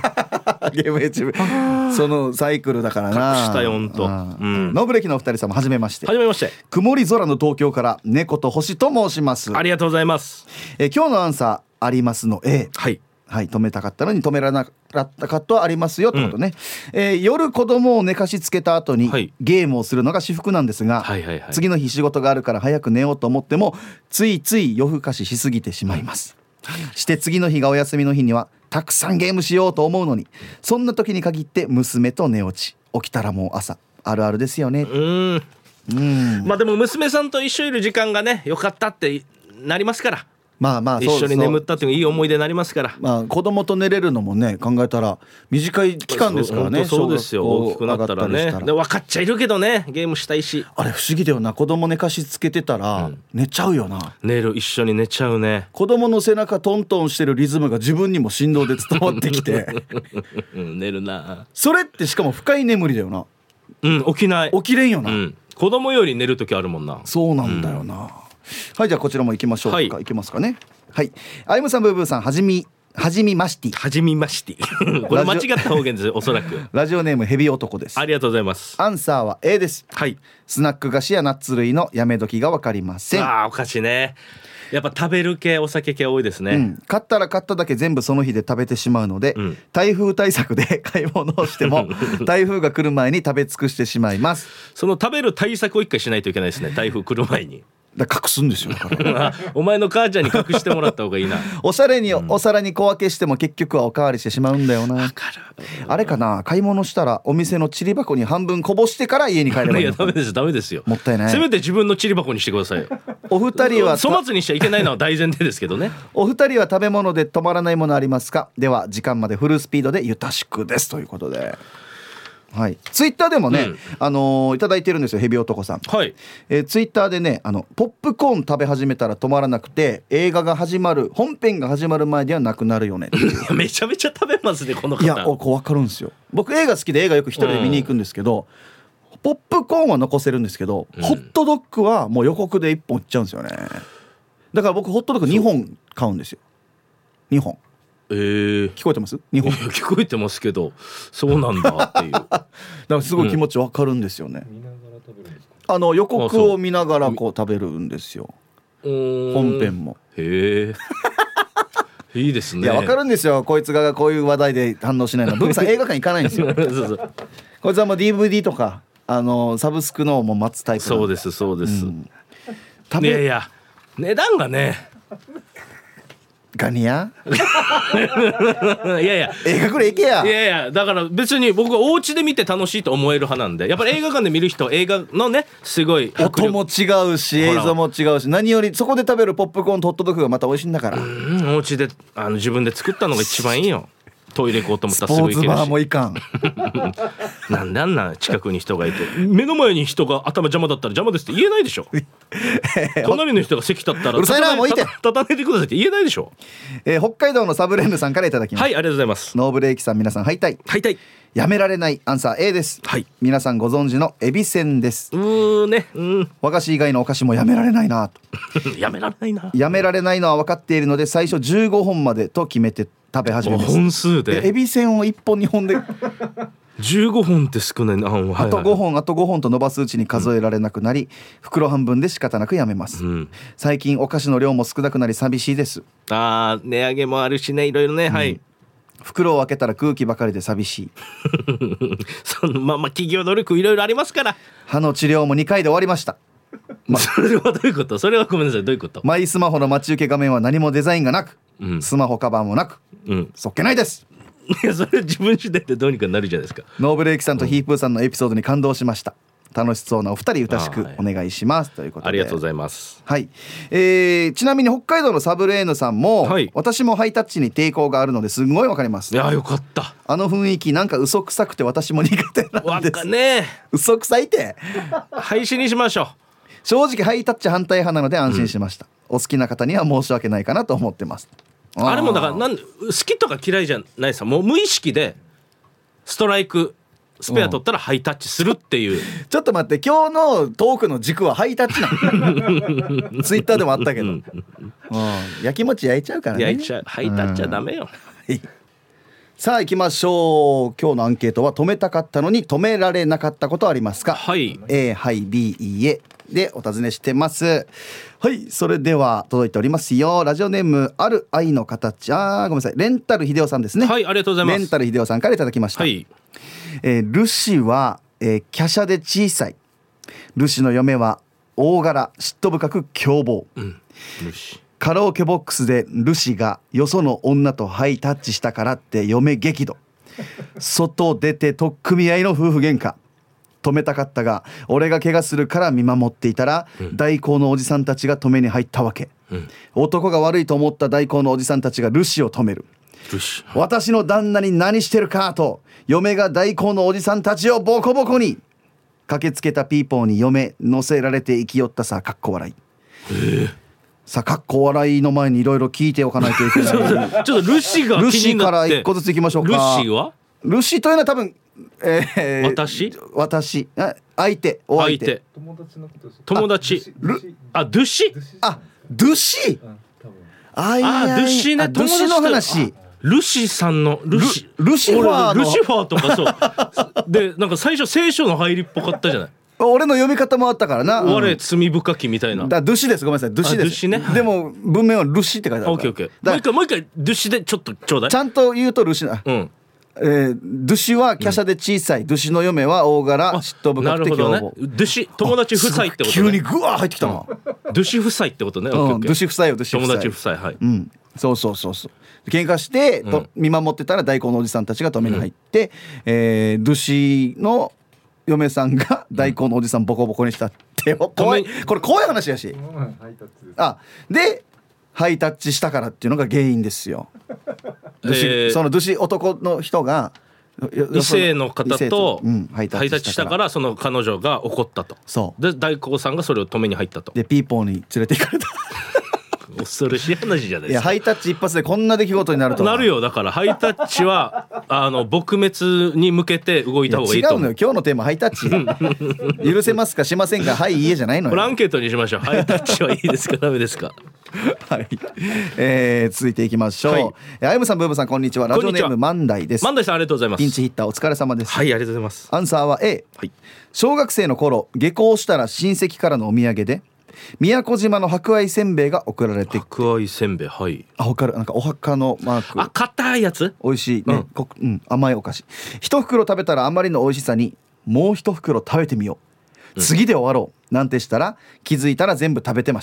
YouTube そのサイクルだからな。 隠したよんと。 ノーブレーキのお二人様、はじめまして。 はじめまして。 曇り空の東京から猫と星と申します。 ありがとうございます。 今日のアンサーありますの A。止めたかったのに止められなかったかとありますよってことね。夜子供を寝かしつけた後にゲームをするのが至福なんですが、次の日仕事があるから早く寝ようと思ってもついつい夜更かししすぎてしまいます。して次の日がお休みの日にはたくさんゲームしようと思うのに、そんな時に限って娘と寝落ち、起きたらもう朝。あるあるですよね。 まあでも娘さんと一緒いる時間がね良かったってなりますから、一緒に眠ったっていういい思い出になりますから、 子供と寝れるのもね考えたら短い期間ですからね。 そうですよ、大きくなったらね。で分かっちゃいるけどね、ゲームしたいし。 あれ不思議だよな、子供寝かしつけてたら寝ちゃうよな。 寝る、一緒に寝ちゃうね。 子供の背中トントンしてるリズムが自分にも振動で伝わってきて寝るな。 それってしかも深い眠りだよな。 起きない、 起きれんよな、 子供より寝る時あるもんな。 そうなんだよな。はい、じゃあこちらも行きましょうか。行きますかね。はい、アイムさんブーブーさん、はじみましてこれ間違った方言ですおそらく。ラジオネームヘビ男です。 ありがとうございます。 アンサーは A です。スナック菓子やナッツ類のやめ時が分かりません。 お菓子ね、やっぱ食べる系お酒系多いですね。 買ったら買っただけ全部その日で食べてしまうので、台風対策で買い物をしても台風が来る前に食べ尽くしてしまいます。 その食べる対策を一回しないといけないですね、台風来る前に。 だ隠すんですよお前の母ちゃんに隠してもらった方がいいな。 おしゃれにお皿に小分けしても結局はおかわりしてしまうんだよな。 わかる。 あれかな、買い物したらお店のチリ箱に半分こぼしてから家に帰ればいいのか。 いやダメですよ。 もったいない。 せめて自分のチリ箱にしてくださいよ。 お二人は粗末にしちゃいけないのは大前提ですけどね。 お二人は食べ物で止まらないものありますか。では時間までフルスピードでゆたしくですということで、はい、ツイッターでもね、いただいてるんですよ、ヘビ男さん。ツイッターでね、ポップコーン食べ始めたら止まらなくて映画が始まる、本編が始まる前ではなくなるよねめちゃめちゃ食べますねこの方。 いやこう分かるんですよ。僕映画好きで映画よく一人で見に行くんですけど、ポップコーンは残せるんですけど、ホットドッグはもう予告で1本いっちゃうんですよね。だから僕ホットドッグ2本買うんですよ。2本。聞こえてます？日本聞こえてますけど、そうなんだっていうだからすごい気持ちわかるんですよね。予告を見ながらこう食べるんですよ、本編も。 へえいいですね。 いやわかるんですよ、こいつがこういう話題で反応しないの。ブーさん映画館行かないんですよこいつはもう DVD とかサブスクのも待つタイプ。 そうです、いやいや値段がねガニやいやいや映画これ行けや。 いやいやだから別に僕はお家で見て楽しいと思える派なんで、やっぱり映画館で見る人は映画のねすごい音も違うし映像も違うし、何よりそこで食べるポップコーンとホットドッグがまた美味しいんだから。 お家で自分で作ったのが一番いいよ。トイレ行こうと思ったらすぐ行けるし。 スポーツバーもいかんなんであんな近くに人がいて目の前に人が頭邪魔だったら邪魔ですって言えないでしょ隣の人が席立ったらうるさいなもういいて立たないでくださいって言えないでしょ。 北海道のサブレーヌさんからいただきます。 はい、ありがとうございます。 ノーブレーキさん、皆さんハイタイ。 はいたい。 やめられないアンサー A です。 はい。 皆さんご存知のエビせんです。 ね和菓子以外のお菓子もやめられないなとやめられないな。 やめられないのは分かっているので、最初15本までと決めて食べ始めます。 本数でエビせんを1本2本で 15本って少ないな。 あと5本あと5本と伸ばすうちに数えられなくなり、袋半分で仕方なくやめます、最近お菓子の量も少なくなり寂しいです。 値上げもあるしね、いろいろね、はい。 袋を開けたら空気ばかりで寂しいその企業努力いろいろありますから。 歯の治療も2回で終わりました。 それはどういうこと？それはごめんなさい、どういうこと？ マイスマホの待ち受け画面は何もデザインがなく、スマホカバーもなく、そっけないです。 いや、それ自分次第でどうにかなるじゃないですか。 ノーブレーキさんとヒープーさんのエピソードに感動しました。楽しそうなお二人、歌しくお願いします、ということでありがとうございます。 はい、ちなみに北海道のサブレーヌさんも、私もハイタッチに抵抗があるのですごいわかります。 いや、よかった。 あの雰囲気なんか嘘くさくて私も苦手なんです。 ね、 嘘くさいって廃止にしましょう。 正直ハイタッチ反対派なので安心しました、お好きな方には申し訳ないかなと思ってます。 あれもだから好きとか嫌いじゃないさ、もう無意識でストライクスペア取ったらハイタッチするっていう、 ちょっと待って、今日のトークの軸はハイタッチなのツイッターでもあったけど、焼きもち焼いちゃうからね。 焼いちゃう。ハイタッチはダメよ、 さあ行きましょう。今日のアンケートは、止めたかったのに止められなかったことありますか？ はい、 A、はい、B、いいえでお尋ねしてます。はい、それでは届いておりますよ。ラジオネームある愛の形、ごめんなさい、レンタル秀夫さんですね。 はい、ありがとうございます。 レンタル秀夫さんからいただきました。はい、ルシは、華奢で小さい。ルシの嫁は大柄、嫉妬深く凶暴、ルシ。カラオケボックスでルシがよその女とハイタッチしたからって嫁激怒。外出て取っ組み合いの夫婦喧嘩。止めたかったが俺が怪我するから見守っていたら、代行のおじさんたちが止めに入ったわけ、男が悪いと思った代行のおじさんたちがルシを止める。私の旦那に何してるかと嫁が代行のおじさんたちをボコボコに。駆けつけたピーポーに嫁乗せられて生きよったさ、かっこ笑い。さあ、かっこ笑いの前にいろいろ聞いておかないといけない。 ちょっとルシが気になって、ルシから一個ずついきましょうか。 ルシは、 ルシというのは多分、 私相手、お相手、 友達、ドゥシ、 ドゥシ、 ドゥシね、 ドゥシの話。 ルシさんのルシファーとかそうで、なんか最初聖書の入りっぽかったじゃない。 俺の読み方もあったからな。 我罪深きみたいな。 ドゥシです、ごめんなさい、ドゥシです。 ドゥシね。 でも文面はルシって書いてあるから。 オッケーオッケー。もう一回ドゥシでちょっとちょうだい。 ちゃんと言うとルシな。ドゥシは華奢で小さい、ドゥシの嫁は大柄、嫉妬深くて凶暴。 ドゥシ友達夫妻ってことね。 急にグワー入ってきたな。 ドゥシ夫妻ってことね。 ドゥシ夫妻よ、ドゥシ夫妻。 友達夫妻、はい。 そう喧嘩して見守ってたら代行のおじさんたちが止めに入って、ドゥシの嫁さんが代行のおじさんボコボコにしたって怖い。これ怖い話やし、でハイタッチしたからっていうのが原因ですよ。そのドゥシ男の人が異性の方とハイタッチしたから、その彼女が怒ったと。 そうで代行さんがそれを止めに入ったと。 でピーポーに連れて行かれた。 恐ろしい話じゃないですか。 いや、ハイタッチ一発でこんな出来事になるとなるよ。だからハイタッチは撲滅に向けて動いた方がいいと思う。 違うのよ、今日のテーマハイタッチ。許せますかしませんか、はいいえじゃないのよ。 これアンケートにしましょう。ハイタッチはいいですかダメですか。 はい、続いていきましょう。あゆむさん、ブームさん、こんにちは。ラジオネーム万代です。 万代さん、ありがとうございます。 ピンチヒッターお疲れ様です。 はい、ありがとうございます。 アンサーは A、小学生の頃下校したら親戚からのお土産で宮古島の白愛せんべいが送られて。 白愛せんべい、はい。 わかる、なんかお墓のマーク。 硬いやつ、 美味しいね、甘いお菓子。一袋食べたらあまりの美味しさにもう一袋食べてみよう、次で終わろうなんてしたら気づいたら全部食べてました。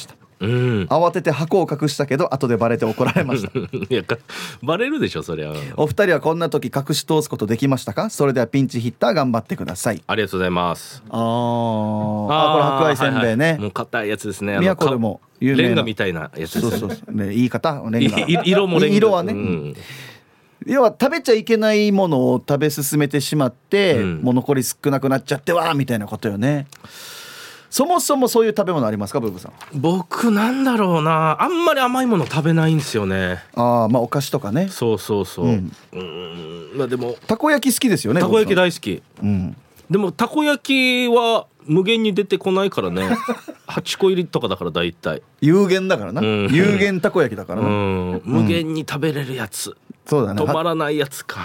慌てて箱を隠したけど後でバレて怒られましたいやバレるでしょそりゃ。 お二人はこんな時隠し通すことできましたか？それではピンチヒッター頑張ってください。 ありがとうございます。 これ白愛せんべいね、 はいはい、もう硬いやつですね。 宮古でも有名なレンガみたいなやつですね。 そうね、言い方レンガ色もレンガ、 色はね、要は食べちゃいけないものを食べ進めてしまって、もう残り少なくなっちゃってわーみたいなことよね。そもそもそういう食べ物ありますか、ブーブーさん？ 僕なんだろうな、あんまり甘いもの食べないんですよね。 まあお菓子とかね。 そう、まあでもたこ焼き好きですよね。 たこ焼き大好き、でもたこ焼きは無限に出てこないからね8個入りとかだから大体有限だからな、有限たこ焼きだからな、 無限に食べれるやつ、 そうだね、 止まらないやつか。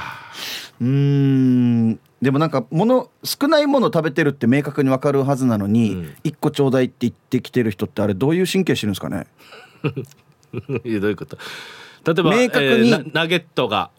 でもなんか少ないもの食べてるって明確に分かるはずなのに、1個ちょうだいって言ってきてる人ってあれどういう神経してるんですかねいやどういうこと？例えば明確に、 ナゲットが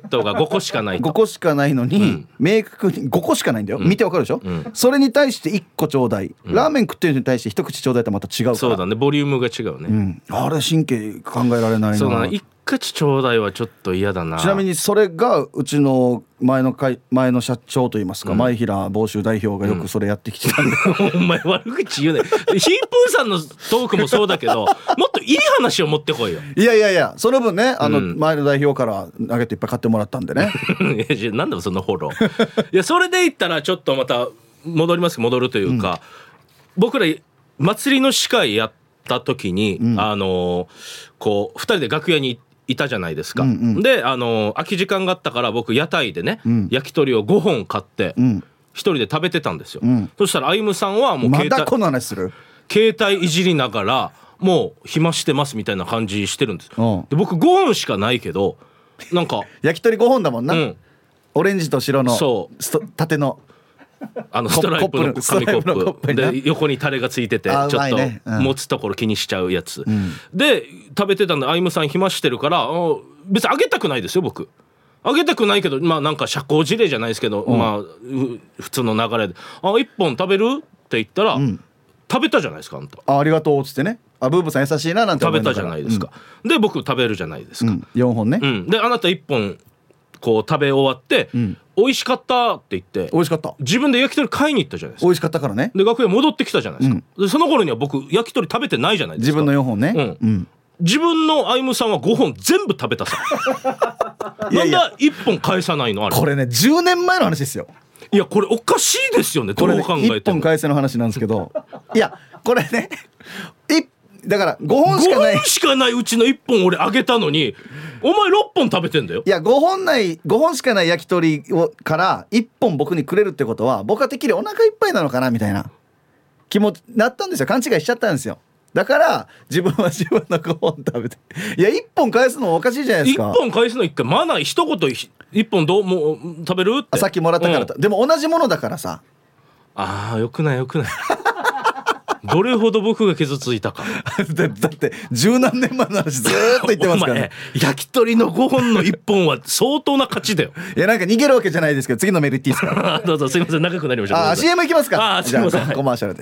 5個しかないと 5個しかないのに、明確に5個しかないんだよ、見てわかるでしょ、それに対して1個ちょうだい、ラーメン食ってる人に対して一口ちょうだいとまた違うから。 そうだね、ボリュームが違うね、 あれ神経考えられないな。 そうだね、一口ちょうだいはちょっと嫌だな。 ちなみにそれがうちの前の社長といいますか、前平房州代表がよくそれやってきてたんで、 お前悪口言うね。ヒープーさんのトークもそうだけどもっといい話を持ってこいよ。 いやその分ね、前の代表からナゲットいっぱい買ってもらったんでねいやなんだそのフォローいやそれで言ったらちょっとまた戻るというか、僕ら祭りの司会やった時に、こう2人で楽屋にいたじゃないですか、で空き時間があったから僕屋台でね、焼き鳥を5本買って1人で食べてたんですよ、そしたら歩夢さんはもうまだこの話する？ 携帯いじりながらもう暇してますみたいな感じしてるんです。で僕5本しかないけどなんか焼き鳥5本だもんな、オレンジと白の縦のストライプの紙コップで横にタレがついててちょっと持つところ気にしちゃうやつ、で食べてたんで歩夢さん暇してるから別にあげたくないですよ。僕あげたくないけど、まあなんか社交辞令じゃないですけど、まあ普通の流れで1本食べるって言ったら、食べたじゃないですか。 ありがとうっつってね、ブーブーさん優しいななんて食べたじゃないですか、で僕食べるじゃないですか、 4本ね、 であなた1本こう食べ終わって、美味しかったって言って美味しかった自分で焼き鳥買いに行ったじゃないですか。 美味しかったからね。 で楽屋戻ってきたじゃないですか、でその頃には僕焼き鳥食べてないじゃないですか。 自分の4本ね、 自分の歩夢さんは5本全部食べたさなんだ1本返さないの？あれこれね10年前の話ですよ。 いやこれおかしいですよね、どう考えても。 1本返せの話なんですけどいやこれねだから5本しかないうちの1本俺あげたのにお前6本食べてんだよ。 いや5本しかない焼き鳥から1本僕にくれるってことは、僕はてっきりお腹いっぱいなのかなみたいな気持ちになったんですよ。勘違いしちゃったんですよ。だから自分は自分の5本食べて、いや1本返すのおかしいじゃないですか。 1本返すの1回マナー一言1本どうもう食べるってさっきもらったから、でも同じものだからさ。 よくないどれほど僕が傷ついたかだって十何年前の話ずーっと言ってますからね。 焼き鳥の5本の1本は相当な勝ちだよ。 いやなんか逃げるわけじゃないですけど、次のメール言っていいですかどうぞすいません、長くなりました。 CM いきますか。 すいません、 コマーシャルです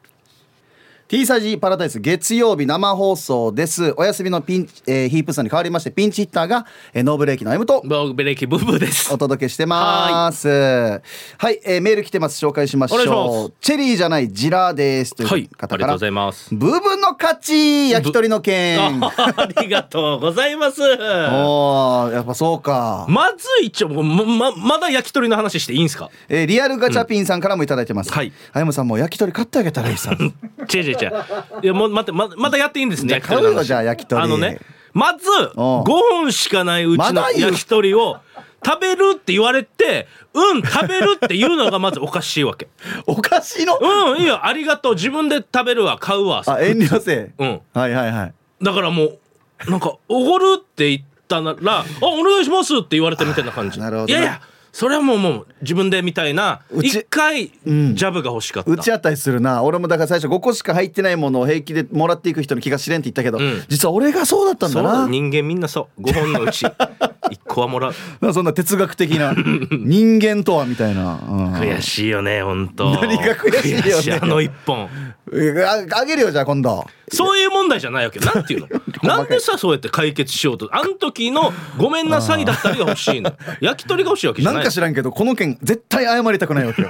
。T サージパラダイス月曜日生放送です。お休みのヒープさんに代わりましてピンチヒッターがノーブレーキのアイムとノーブレーキブーブーですお届けしてます。はい、メール来てます。紹介しましょう。チェリーじゃないジラーですという方から、 ありがとうございます。 ブーブーの勝ち、焼き鳥の件ありがとうございますやっぱそうか。 まず一応まだ焼き鳥の話していいんですか？ リアルガチャピンさんからもいただいてます。あやむさんも焼き鳥買ってあげたらいいさ違ういやもう待って、まだやっていいんですね。 買うよじゃあ焼き鳥。 まず5本しかないうちの焼き鳥を食べるって言われて食べるっていうのがまずおかしいわけ。 おかしいの？ いいよ、ありがとう、自分で食べるわ、買うわ。 遠慮せはいはいはい。 だからもうなんかおごるって言ったならお願いしますって言われてみたいな感じ。 なるほど、 いやそれはもう自分でみたいな一回ジャブが欲しかった。 打ち当たりするな。俺もだから最初5個しか入ってないものを平気でもらっていく人の気が知れんって言ったけど、実は俺がそうだったんだな。 人間みんなそう。5本のうち1 個はもらう。 そんな哲学的な人間とはみたいな、 悔しいよね本当。 何が悔しいよね。 あの一本あげるよじゃあ今度。 そういう問題じゃないわけ。なんていうのなんでさそうやって解決しようと、あん時のごめんなさいだったりが欲しいの。焼き鳥が欲しいわけじゃない。 なんか知らんけどこの件絶対謝りたくないわけよ。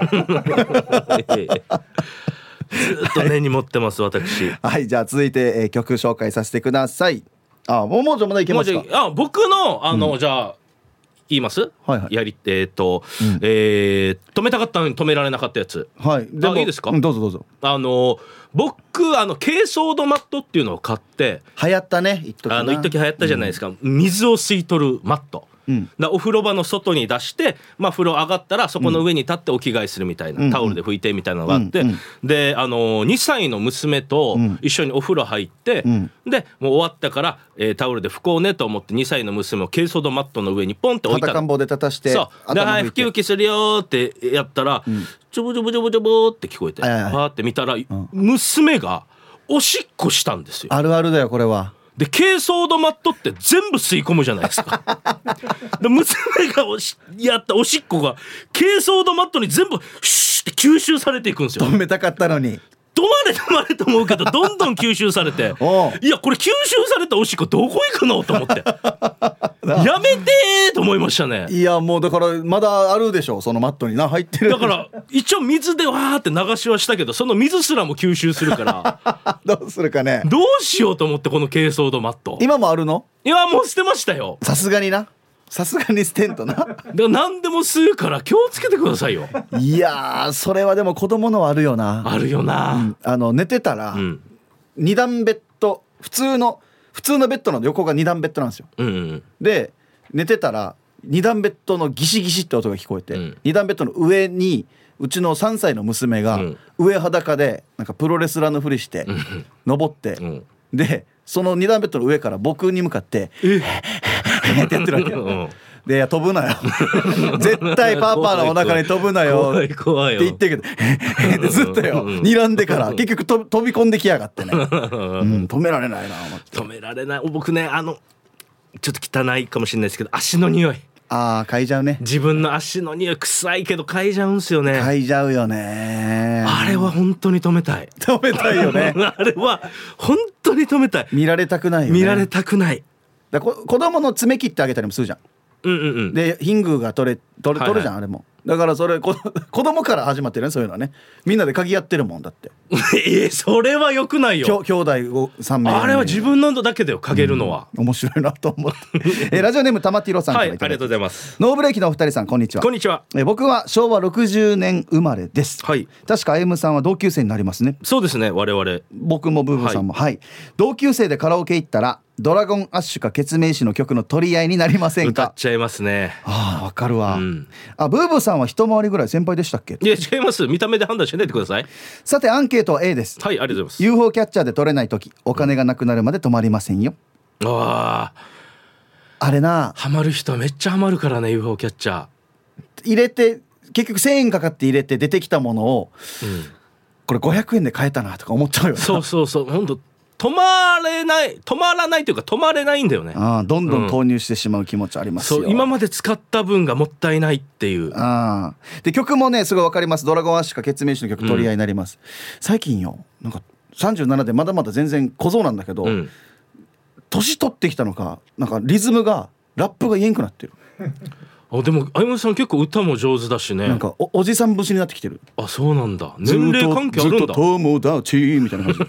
ずっと根に持ってます私。 はい、じゃあ続いて、曲紹介させてください。もうじゃまだいけますか。 僕のじゃあ言います、 はいはい、 やり止めたかったのに止められなかったやつ。 はい、でもいいですか、 どうぞどうぞ。 僕軽ソードマットっていうのを買って、 流行ったね一時流行ったじゃないですか、水を吸い取るマット、だお風呂場の外に出して、風呂上がったらそこの上に立ってお着替えするみたいな、タオルで拭いてみたいなのがあって、で2歳の娘と一緒にお風呂入って、でもう終わったから、タオルで拭こうねと思って2歳の娘を軽ソードマットの上にポンって置いたの。 肩かんぼで立たして、 そうで、はい拭き拭きするよってやったら、ちょぼちょぼちょぼちょぼって聞こえて、パーって見たら、娘がおしっこしたんですよ。 あるあるだよこれは。 で軽ソードマットって全部吸い込むじゃないですか。で娘がやったおしっこが軽ソードマットに全部シュッって吸収されていくんですよ。 止めたかったのに止まれと思うけどどんどん吸収されていやこれ吸収されたおしっこどこ行くのと思ってやめてーと思いましたね。 いやもうだからまだあるでしょそのマットに入ってる。 だから一応水でわーって流しはしたけどその水すらも吸収するからどうするかね。 どうしようと思ってこの軽ソードマット今もあるの。 いやもう捨てましたよ。 さすがに捨てんとな。だから何でも吸うから気をつけてくださいよ。 いやーそれはでも子供のあるよな。 あるよな、 寝てたら、2段ベッド普通のベッドの横が2段ベッドなんですよ、で寝てたら2段ベッドのギシギシって音が聞こえて、2段ベッドの上にうちの3歳の娘が上裸でなんかプロレスラーのふりして登って、でその2段ベッドの上から僕に向かってってやってるわけよ。でいや飛ぶなよ絶対パパのお腹に飛ぶなよって言ってるけどずっとよ睨んでから結局飛び込んできやがってね、止められないな。 止められない。僕ねちょっと汚いかもしれないですけど足の匂い嗅いじゃうね。 自分の足の匂い臭いけど嗅いじゃうんすよね。 嗅いじゃうよね。 あれは本当に止めたいよねあれは本当に止めたい。 見られたくないよね。 見られたくない。 子供の爪切ってあげたりもするじゃん。でヒングが取るじゃん、あれも。だからそれ子供から始まってるねそういうのはね。みんなで鍵やってるもんだってそれは良くないよ。 兄弟3名あれは自分のだけでよ鍵るのは、 面白いなと思ってラジオネームたまていろさんからいただいて、 ありがとうございます。 ノーブレーキのお二人さんこんにちは。 こんにちは。 僕は昭和60年生まれです、確かあゆむさんは同級生になりますね。 そうですね我々。 僕もブーブーさんも、同級生でカラオケ行ったらドラゴンアッシュかケツメイシの曲の取り合いになりませんか。 歌っちゃいますね。 わかるわ、ブーブーさんは一回りぐらい先輩でしたっけ。 いや違います。見た目で判断しないでください。 さてアンケートは A です。 はいありがとうございます。 UFO キャッチャーで取れない時お金がなくなるまで止まりませんよ。 あれなハマる人はめっちゃハマるからね UFO キャッチャー入れて結局1000円かかって入れて出てきたものを、これ500円で買えたなとか思っちゃうよ。 そう本当止まらないというか止まれないんだよね。 どんどん投入してしまう気持ちありますよ、 そう今まで使った分がもったいないっていう。 で曲もねすごいわかります。ドラゴンアッシュかケツメイシの曲取り合いになります、最近よなんか37でまだまだ全然小僧なんだけど、年取ってきたのかなんかリズムがラップが言えんくなってるでもあゆむさん結構歌も上手だしね。 なんか おじさん節になってきてる。 そうなんだ。年齢関係あるんだ。 ずっと友達みたいな感じ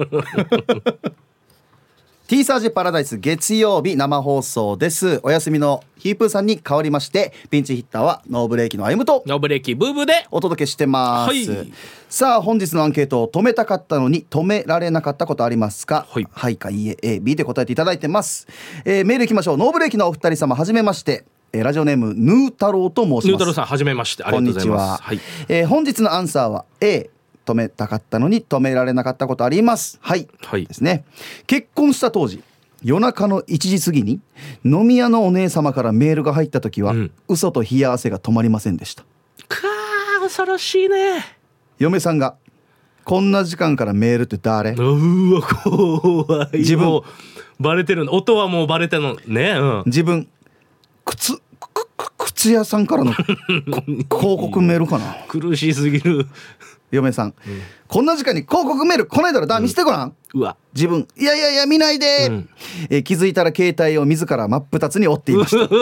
T サージパラダイス月曜日生放送です。お休みのヒープーさんに代わりましてピンチヒッターはノーブレーキのあゆむとノーブレーキブーブーでお届けしてます、さあ本日のアンケートを止めたかったのに止められなかったことありますか。はいかいいえ A、B で答えていただいてます。メールいきましょう。ノーブレーキのお二人様はじめまして、ラジオネームヌー太郎と申します。 ヌー太郎さんはじめましてありがとうございます。 本日のアンサーは A、止めたかったのに止められなかったことあります。ですね。結婚した当時夜中の1時過ぎに飲み屋のお姉様からメールが入った時は、嘘と冷や汗が止まりませんでした。 恐ろしいね。 嫁さんがこんな時間からメールって誰。 うわ怖い。自分バレてるの。音はもうバレてるのね、 自分くっ靴屋さんからの広告メールかな。 苦しすぎる。 嫁さん、こんな時間に広告メール来ないだろ、見せてごらん。 うわ、 自分いや見ないで、気づいたら携帯を自ら真っ二つに折っていました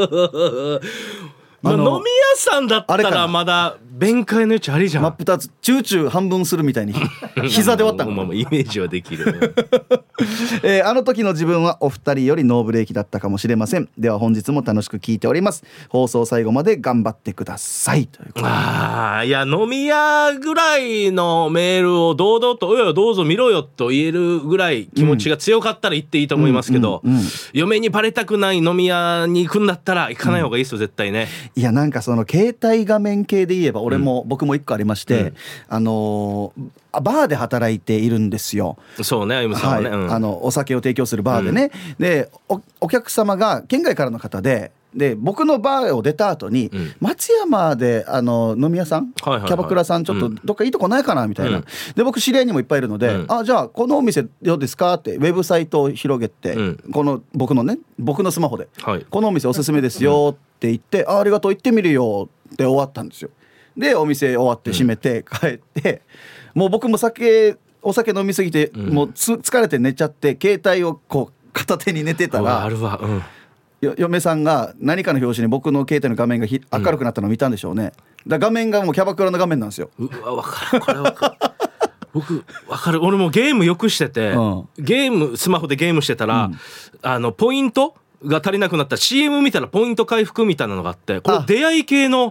飲み屋さんだったらまだ弁解の余地ありじゃん。 真っ二つチューチュー半分するみたいに膝で割ったのイメージはできるあの時の自分はお二人よりノーブレーキだったかもしれません。では本日も楽しく聞いております。放送最後まで頑張ってくださいということで。 いや飲み屋ぐらいのメールを堂々と「おやどうぞ見ろよ」と言えるぐらい気持ちが強かったら言っていいと思いますけど、嫁にバレたくない飲み屋に行くんだったら行かない方がいいですよ、絶対ね。 いやなんかその携帯画面系で言えば僕も一個ありまして、バーで働いているんですよ。 そうね、あゆむさんはね、 お酒を提供するバーでね、で お客様が県外からの方で僕のバーを出た後に、松山で飲み屋さん、キャバクラさんちょっとどっかいいとこないかなみたいな、で僕知り合いにもいっぱいいるので、じゃあこのお店どうですかってウェブサイトを広げて、この僕のスマホで、このお店おすすめですよって言って、ありがとう行ってみるよって終わったんですよ。でお店終わって閉めて帰って、もう僕もお酒飲みすぎて、もう疲れて寝ちゃって携帯をこう片手に寝てたら、嫁さんが何かの表紙に僕の携帯の画面が明るくなったのを見たんでしょうね。だ画面がもうキャバクラの画面なんですよ。 うわ、分かる、これ分かる僕分かる。俺もゲームよくしてて、スマホでゲームしてたら、ポイントが足りなくなったら CM 見たらポイント回復みたいなのがあって、これ出会い系の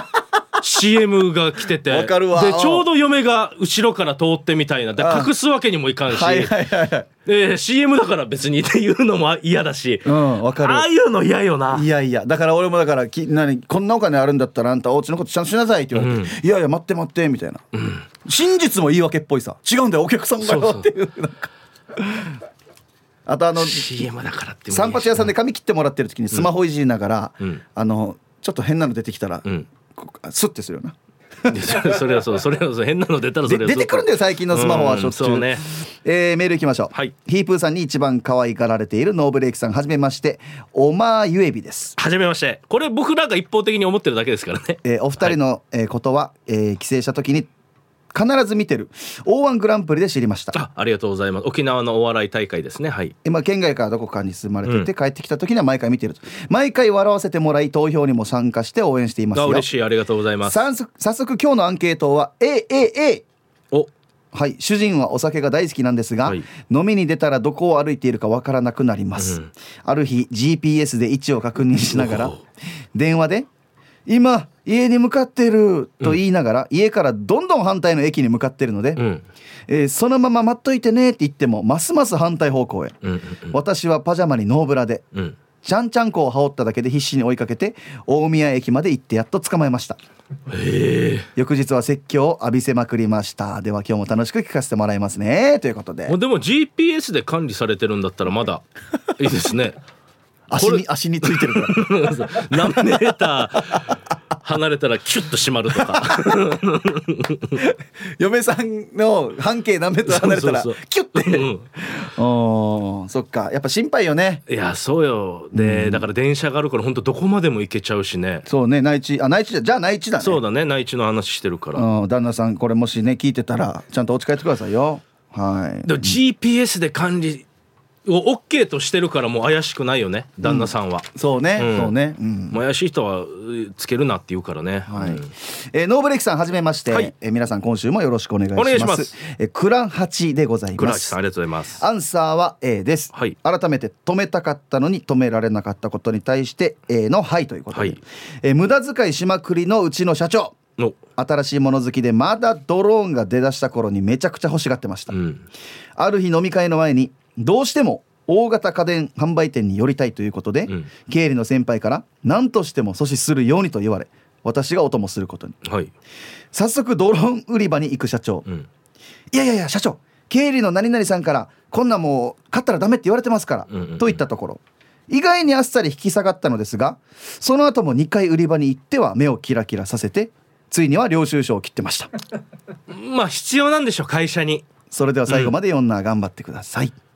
CM が来ててでちょうど嫁が後ろから通ってみたいな、で隠すわけにもいかんし、CM だから別にっていうのも嫌だし、わかる。ああいうの嫌よな。 いやだから俺もだからこんなお金あるんだったらあんたお家のことちゃんとしなさいって言われて、いや待ってみたいな、真実も言い訳っぽいさ、違うんだよお客さんがよっていう、なんかあと CM だからって散髪屋さんで髪切ってもらってる時にスマホいじりながら、ちょっと変なの出てきたら、スッてするよなそれは変なの出たらそれは出てくるんだよ最近のスマホはしょっちゅう。 ね、 メールいきましょう。ヒープーさんに一番可愛がられているノーブレーキさん、はじめまして、おまゆえびです。 はじめまして。これ僕らが一方的に思ってるだけですからね。 お二人のことは、帰省した時に必ず見てる O1 グランプリで知りました。 ありがとうございます。沖縄のお笑い大会ですね。 今県外からどこかに住まれてて、帰ってきた時には毎回見てると、毎回笑わせてもらい投票にも参加して応援していますよ。 嬉しい、ありがとうございます。 早速今日のアンケートは A。 主人はお酒が大好きなんですが、飲みに出たらどこを歩いているかわからなくなります、ある日 GPS で位置を確認しながら電話で今家に向かってると言いながら、家からどんどん反対の駅に向かってるので、そのまま待っといてねって言ってもますます反対方向へ、私はパジャマにノーブラで、ちゃんちゃんこを羽織っただけで必死に追いかけて大宮駅まで行ってやっと捕まえました。翌日は説教を浴びせまくりました。では今日も楽しく聞かせてもらいますねということで。 でも GPS で管理されてるんだったらまだいいですね足についてるから何メーター離れたらキュッと閉まるとか嫁さんの半径何メートル離れたらキュッてそっか、やっぱ心配よね。 いやそうよ。で、だから電車があるから本当どこまでも行けちゃうしね。 そうね、内地じゃあ内地だね。 そうだね、内地の話してるから、 旦那さんこれもしね聞いてたらちゃんとお家帰ってくださいよ。でも GPS で管理を OK としてるからもう怪しくないよね、旦那さんは。 そうね、 もう怪しい人はつけるなって言うからね。 ノーブレーキさんはじめまして、皆さん今週もよろしくお願いします。クラ8でございます。 クラ8さんありがとうございます。 アンサーは A です。改めて止めたかったのに止められなかったことに対して A のはいということで、無駄遣いしまくりのうちの社長、新しいもの好きでまだドローンが出だした頃にめちゃくちゃ欲しがってました、ある日飲み会の前にどうしても大型家電販売店に寄りたいということで、経理の先輩から何としても阻止するようにと言われ、私がお供することに、早速ドローン売り場に行く社長、いや社長、経理の何々さんからこんなもう買ったらダメって言われてますから、と言ったところ意外にあっさり引き下がったのですが、その後も2回売り場に行っては目をキラキラさせて、ついには領収書を切ってましたまあ必要なんでしょ会社に。 それでは最後まで4ナー頑張ってください。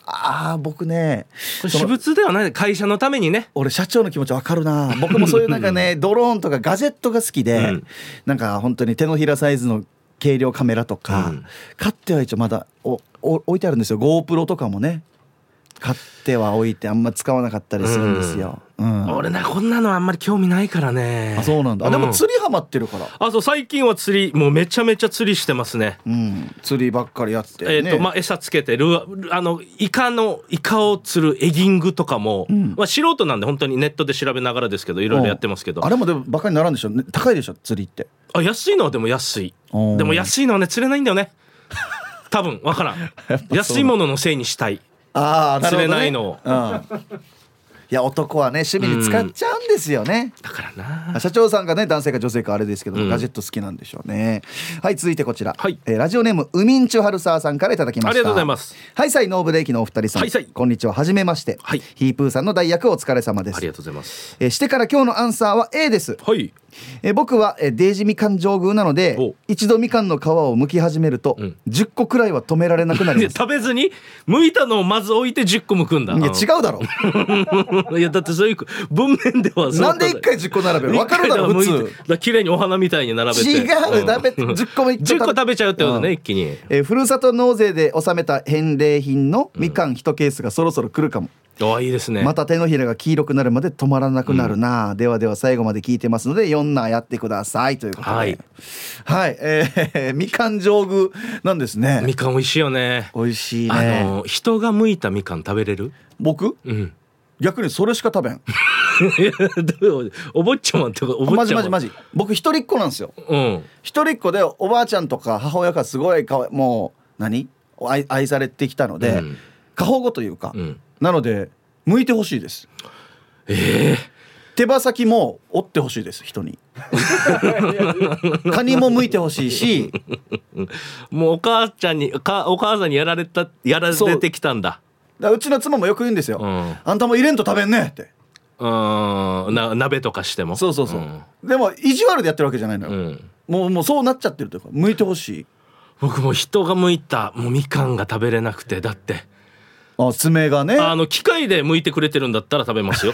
僕ね私物ではない、会社のためにね。 俺社長の気持ちわかるな。僕もそういうなんかねドローンとかガジェットが好きで、なんか本当に手のひらサイズの軽量カメラとか、買っては一応まだ置いてあるんですよ。 GoPro とかもね買っては置いてあんま使わなかったりするんですよ。 俺ねこんなのあんまり興味ないからね。 そうなんだ。でも釣りハマってるから。 そう最近は釣りもうめちゃめちゃ釣りしてますね。 釣りばっかりやってね。 餌つけてるイカを釣るエギングとかも、素人なんで本当にネットで調べながらですけどいろいろやってますけど、 あれもでもバカにならんでしょ、高いでしょ釣りって。 安いのはでも安い。でも安いのはね釣れないんだよね多分わからん安いもののせいにしたい。釣れないの、 いや男はね趣味に使っちゃうんですよね、 だからな。 社長さんがね男性か女性かあれですけど、ガジェット好きなんでしょうね。はい、続いてこちら、ラジオネームウミンチュハルサーさんからいただきました。 ありがとうございます。 はいさいノーブレーキのお二人さん、こんにちは、はじめまして、ヒープーさんの代役お疲れ様です。 ありがとうございます。 してから今日のアンサーは A です。僕はデージみかん上宮なので一度みかんの皮を剥き始めると、10個くらいは止められなくなります食べずに剥いたのをまず置いて10個剥くんだ。 いや違うだろいやだってそういう文面ではなんで1回10個並べる分かるだろ普通。 綺麗にお花みたいに並べて。 違う、10個も 10個食べちゃうってことね、一気に。 ふるさと納税で納めた返礼品のみかん1ケースがそろそろ来るかも。 いいですね。 また手のひらが黄色くなるまで止まらなくなるな、ではでは最後まで聞いてますので4なやってくださいということで、みかん上宮なんですね。 みかん美味しいよね。 美味しいね。 人が剥いたみかん食べれる？ 僕？逆にそれしか食べんお坊ちゃまってかお坊ちゃまマジ僕一人っ子なんですよ。一人っ子でおばあちゃんとか母親がすごいもう愛されてきたので、過保護というか、なので剥いてほしいです。手羽先も折ってほしいです人にカニも剥いてほしいしもうお母さんにやられてきたんだ。 うちの妻もよく言うんですよ、あんたも入れんと食べんねって。 鍋とかしてもそう、でも意地悪でやってるわけじゃないのよ、もうそうなっちゃってるというか剥いてほしい。 僕も人が剥いたもうみかんが食べれなくて、だって爪がね機械で剥いてくれてるんだったら食べますよ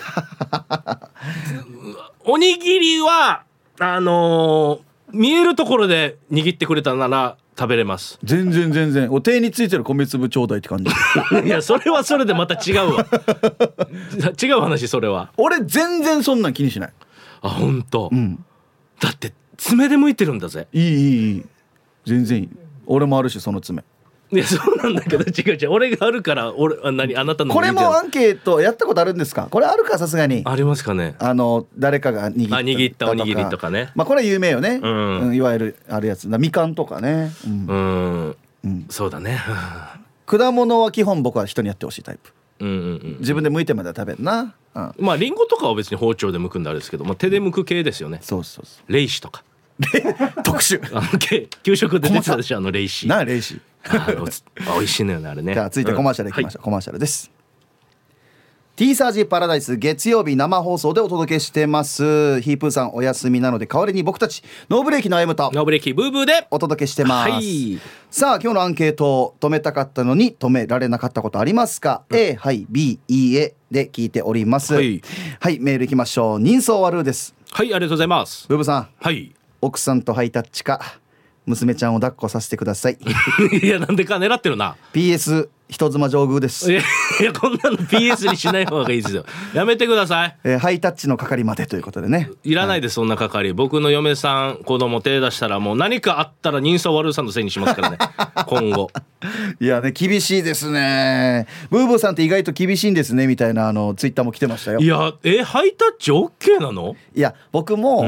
おにぎりは見えるところで握ってくれたなら食べれます。 全然お手についてる米粒ちょうだいって感じいやそれはそれでまた違うわ違う話。それは俺全然そんなん気にしない。 本当、だって爪で剥いてるんだぜ。 いい全然いい。俺もあるしその爪。 いやそうなんだけど違う俺があるからあなたのこれもアンケートやったことあるんですか？これあるかさすがに。 ありますかね。 誰かが握ったおにぎりとかね。 これ有名よね、いわゆるあるやつみかんとかね。 そうだね果物は基本僕は人にやってほしいタイプ。自分で剥いてまで食べるな。 リンゴとかは別に包丁で剥くんであれですけど、手で剥く系ですよね。 そうレイシとか特殊給食で出てたでしょレイシ。 レイシ美味しいのよねあれね。 じゃあ続いてコマーシャルいきましょう。コマーシャルです。T サージパラダイス月曜日生放送でお届けしてます。ヒープーさんお休みなので代わりに僕たちノーブレーキの歩むとノーブレーキブーブーでお届けしてます、さあ今日のアンケート、止めたかったのに止められなかったことありますか？ A はい B いいえで聞いております。はい、メールいきましょう。人相悪です。 はい、ありがとうございます。 ブーブーさん、 はい奥さんとハイタッチか娘ちゃんを抱っこさせてくださいいやなんでか狙ってるな。 PS 人妻上宮です。 いやこんなの PS にしない方がいいですよやめてください。 ハイタッチの係までということでね。 いらないです、そんな係。僕の嫁さん子供手出したらもう何かあったら人相悪さんのせいにしますからね今後。 いやね厳しいですね。ブーブーさんって意外と厳しいんですねみたいなツイッターも来てましたよ。 いやハイタッチ OK なの？ いや僕も、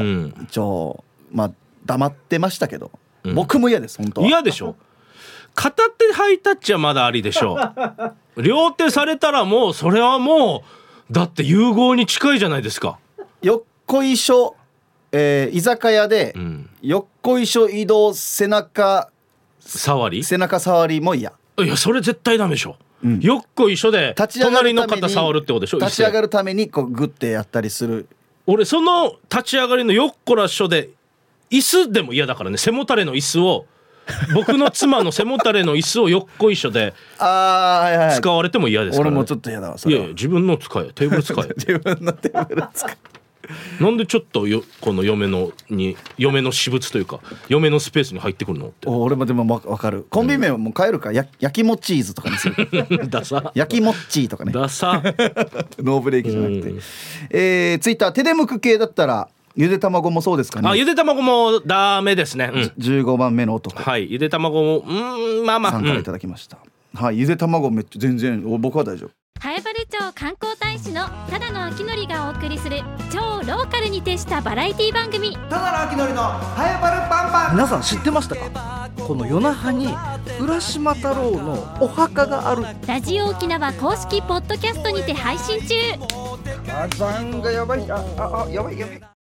黙ってましたけど、僕も嫌です本当は。 嫌でしょ。片手ハイタッチはまだありでしょう両手されたらもうそれはもうだって融合に近いじゃないですか。 よっこいしょ、居酒屋で、よっこいしょ移動背中触りも嫌。 いやそれ絶対ダメでしょ、よっこいしょで隣の方触るってことでしょ。 立ち上がるためにこうグッてやったりする。 俺その立ち上がりのよっこらしょで椅子でも嫌だからね。背もたれの椅子を僕の妻の背もたれの椅子をよっこいしょで使われても嫌ですから、ね、 俺もちょっと嫌だわそれ。いやいや自分の使え、テーブル使え自分のテーブル使えなんでちょっとこの嫁の私物というか嫁のスペースに入ってくるのって。 俺もでも分かる。コンビ名も変えるか、焼きもチーズとかにするダサ焼きもっちーとかね。 ダサノーブレーキじゃなくて、ツイッター手で剥く系だったらゆで卵もそうですかね。 ゆで卵もダメですね、 15番目の男、 はいゆで卵もまあまあさんからいただきました、はいゆで卵めっちゃ全然僕は大丈夫。 南風原町観光大使のただのあきのりがお送りする超ローカルに徹したバラエティ番組、 ただのあきのりのハエバルパンパン。皆さん知ってましたか、この夜那覇に浦島太郎のお墓がある。 ラジオ沖縄公式ポッドキャストにて配信中。 火山がやばい、やばい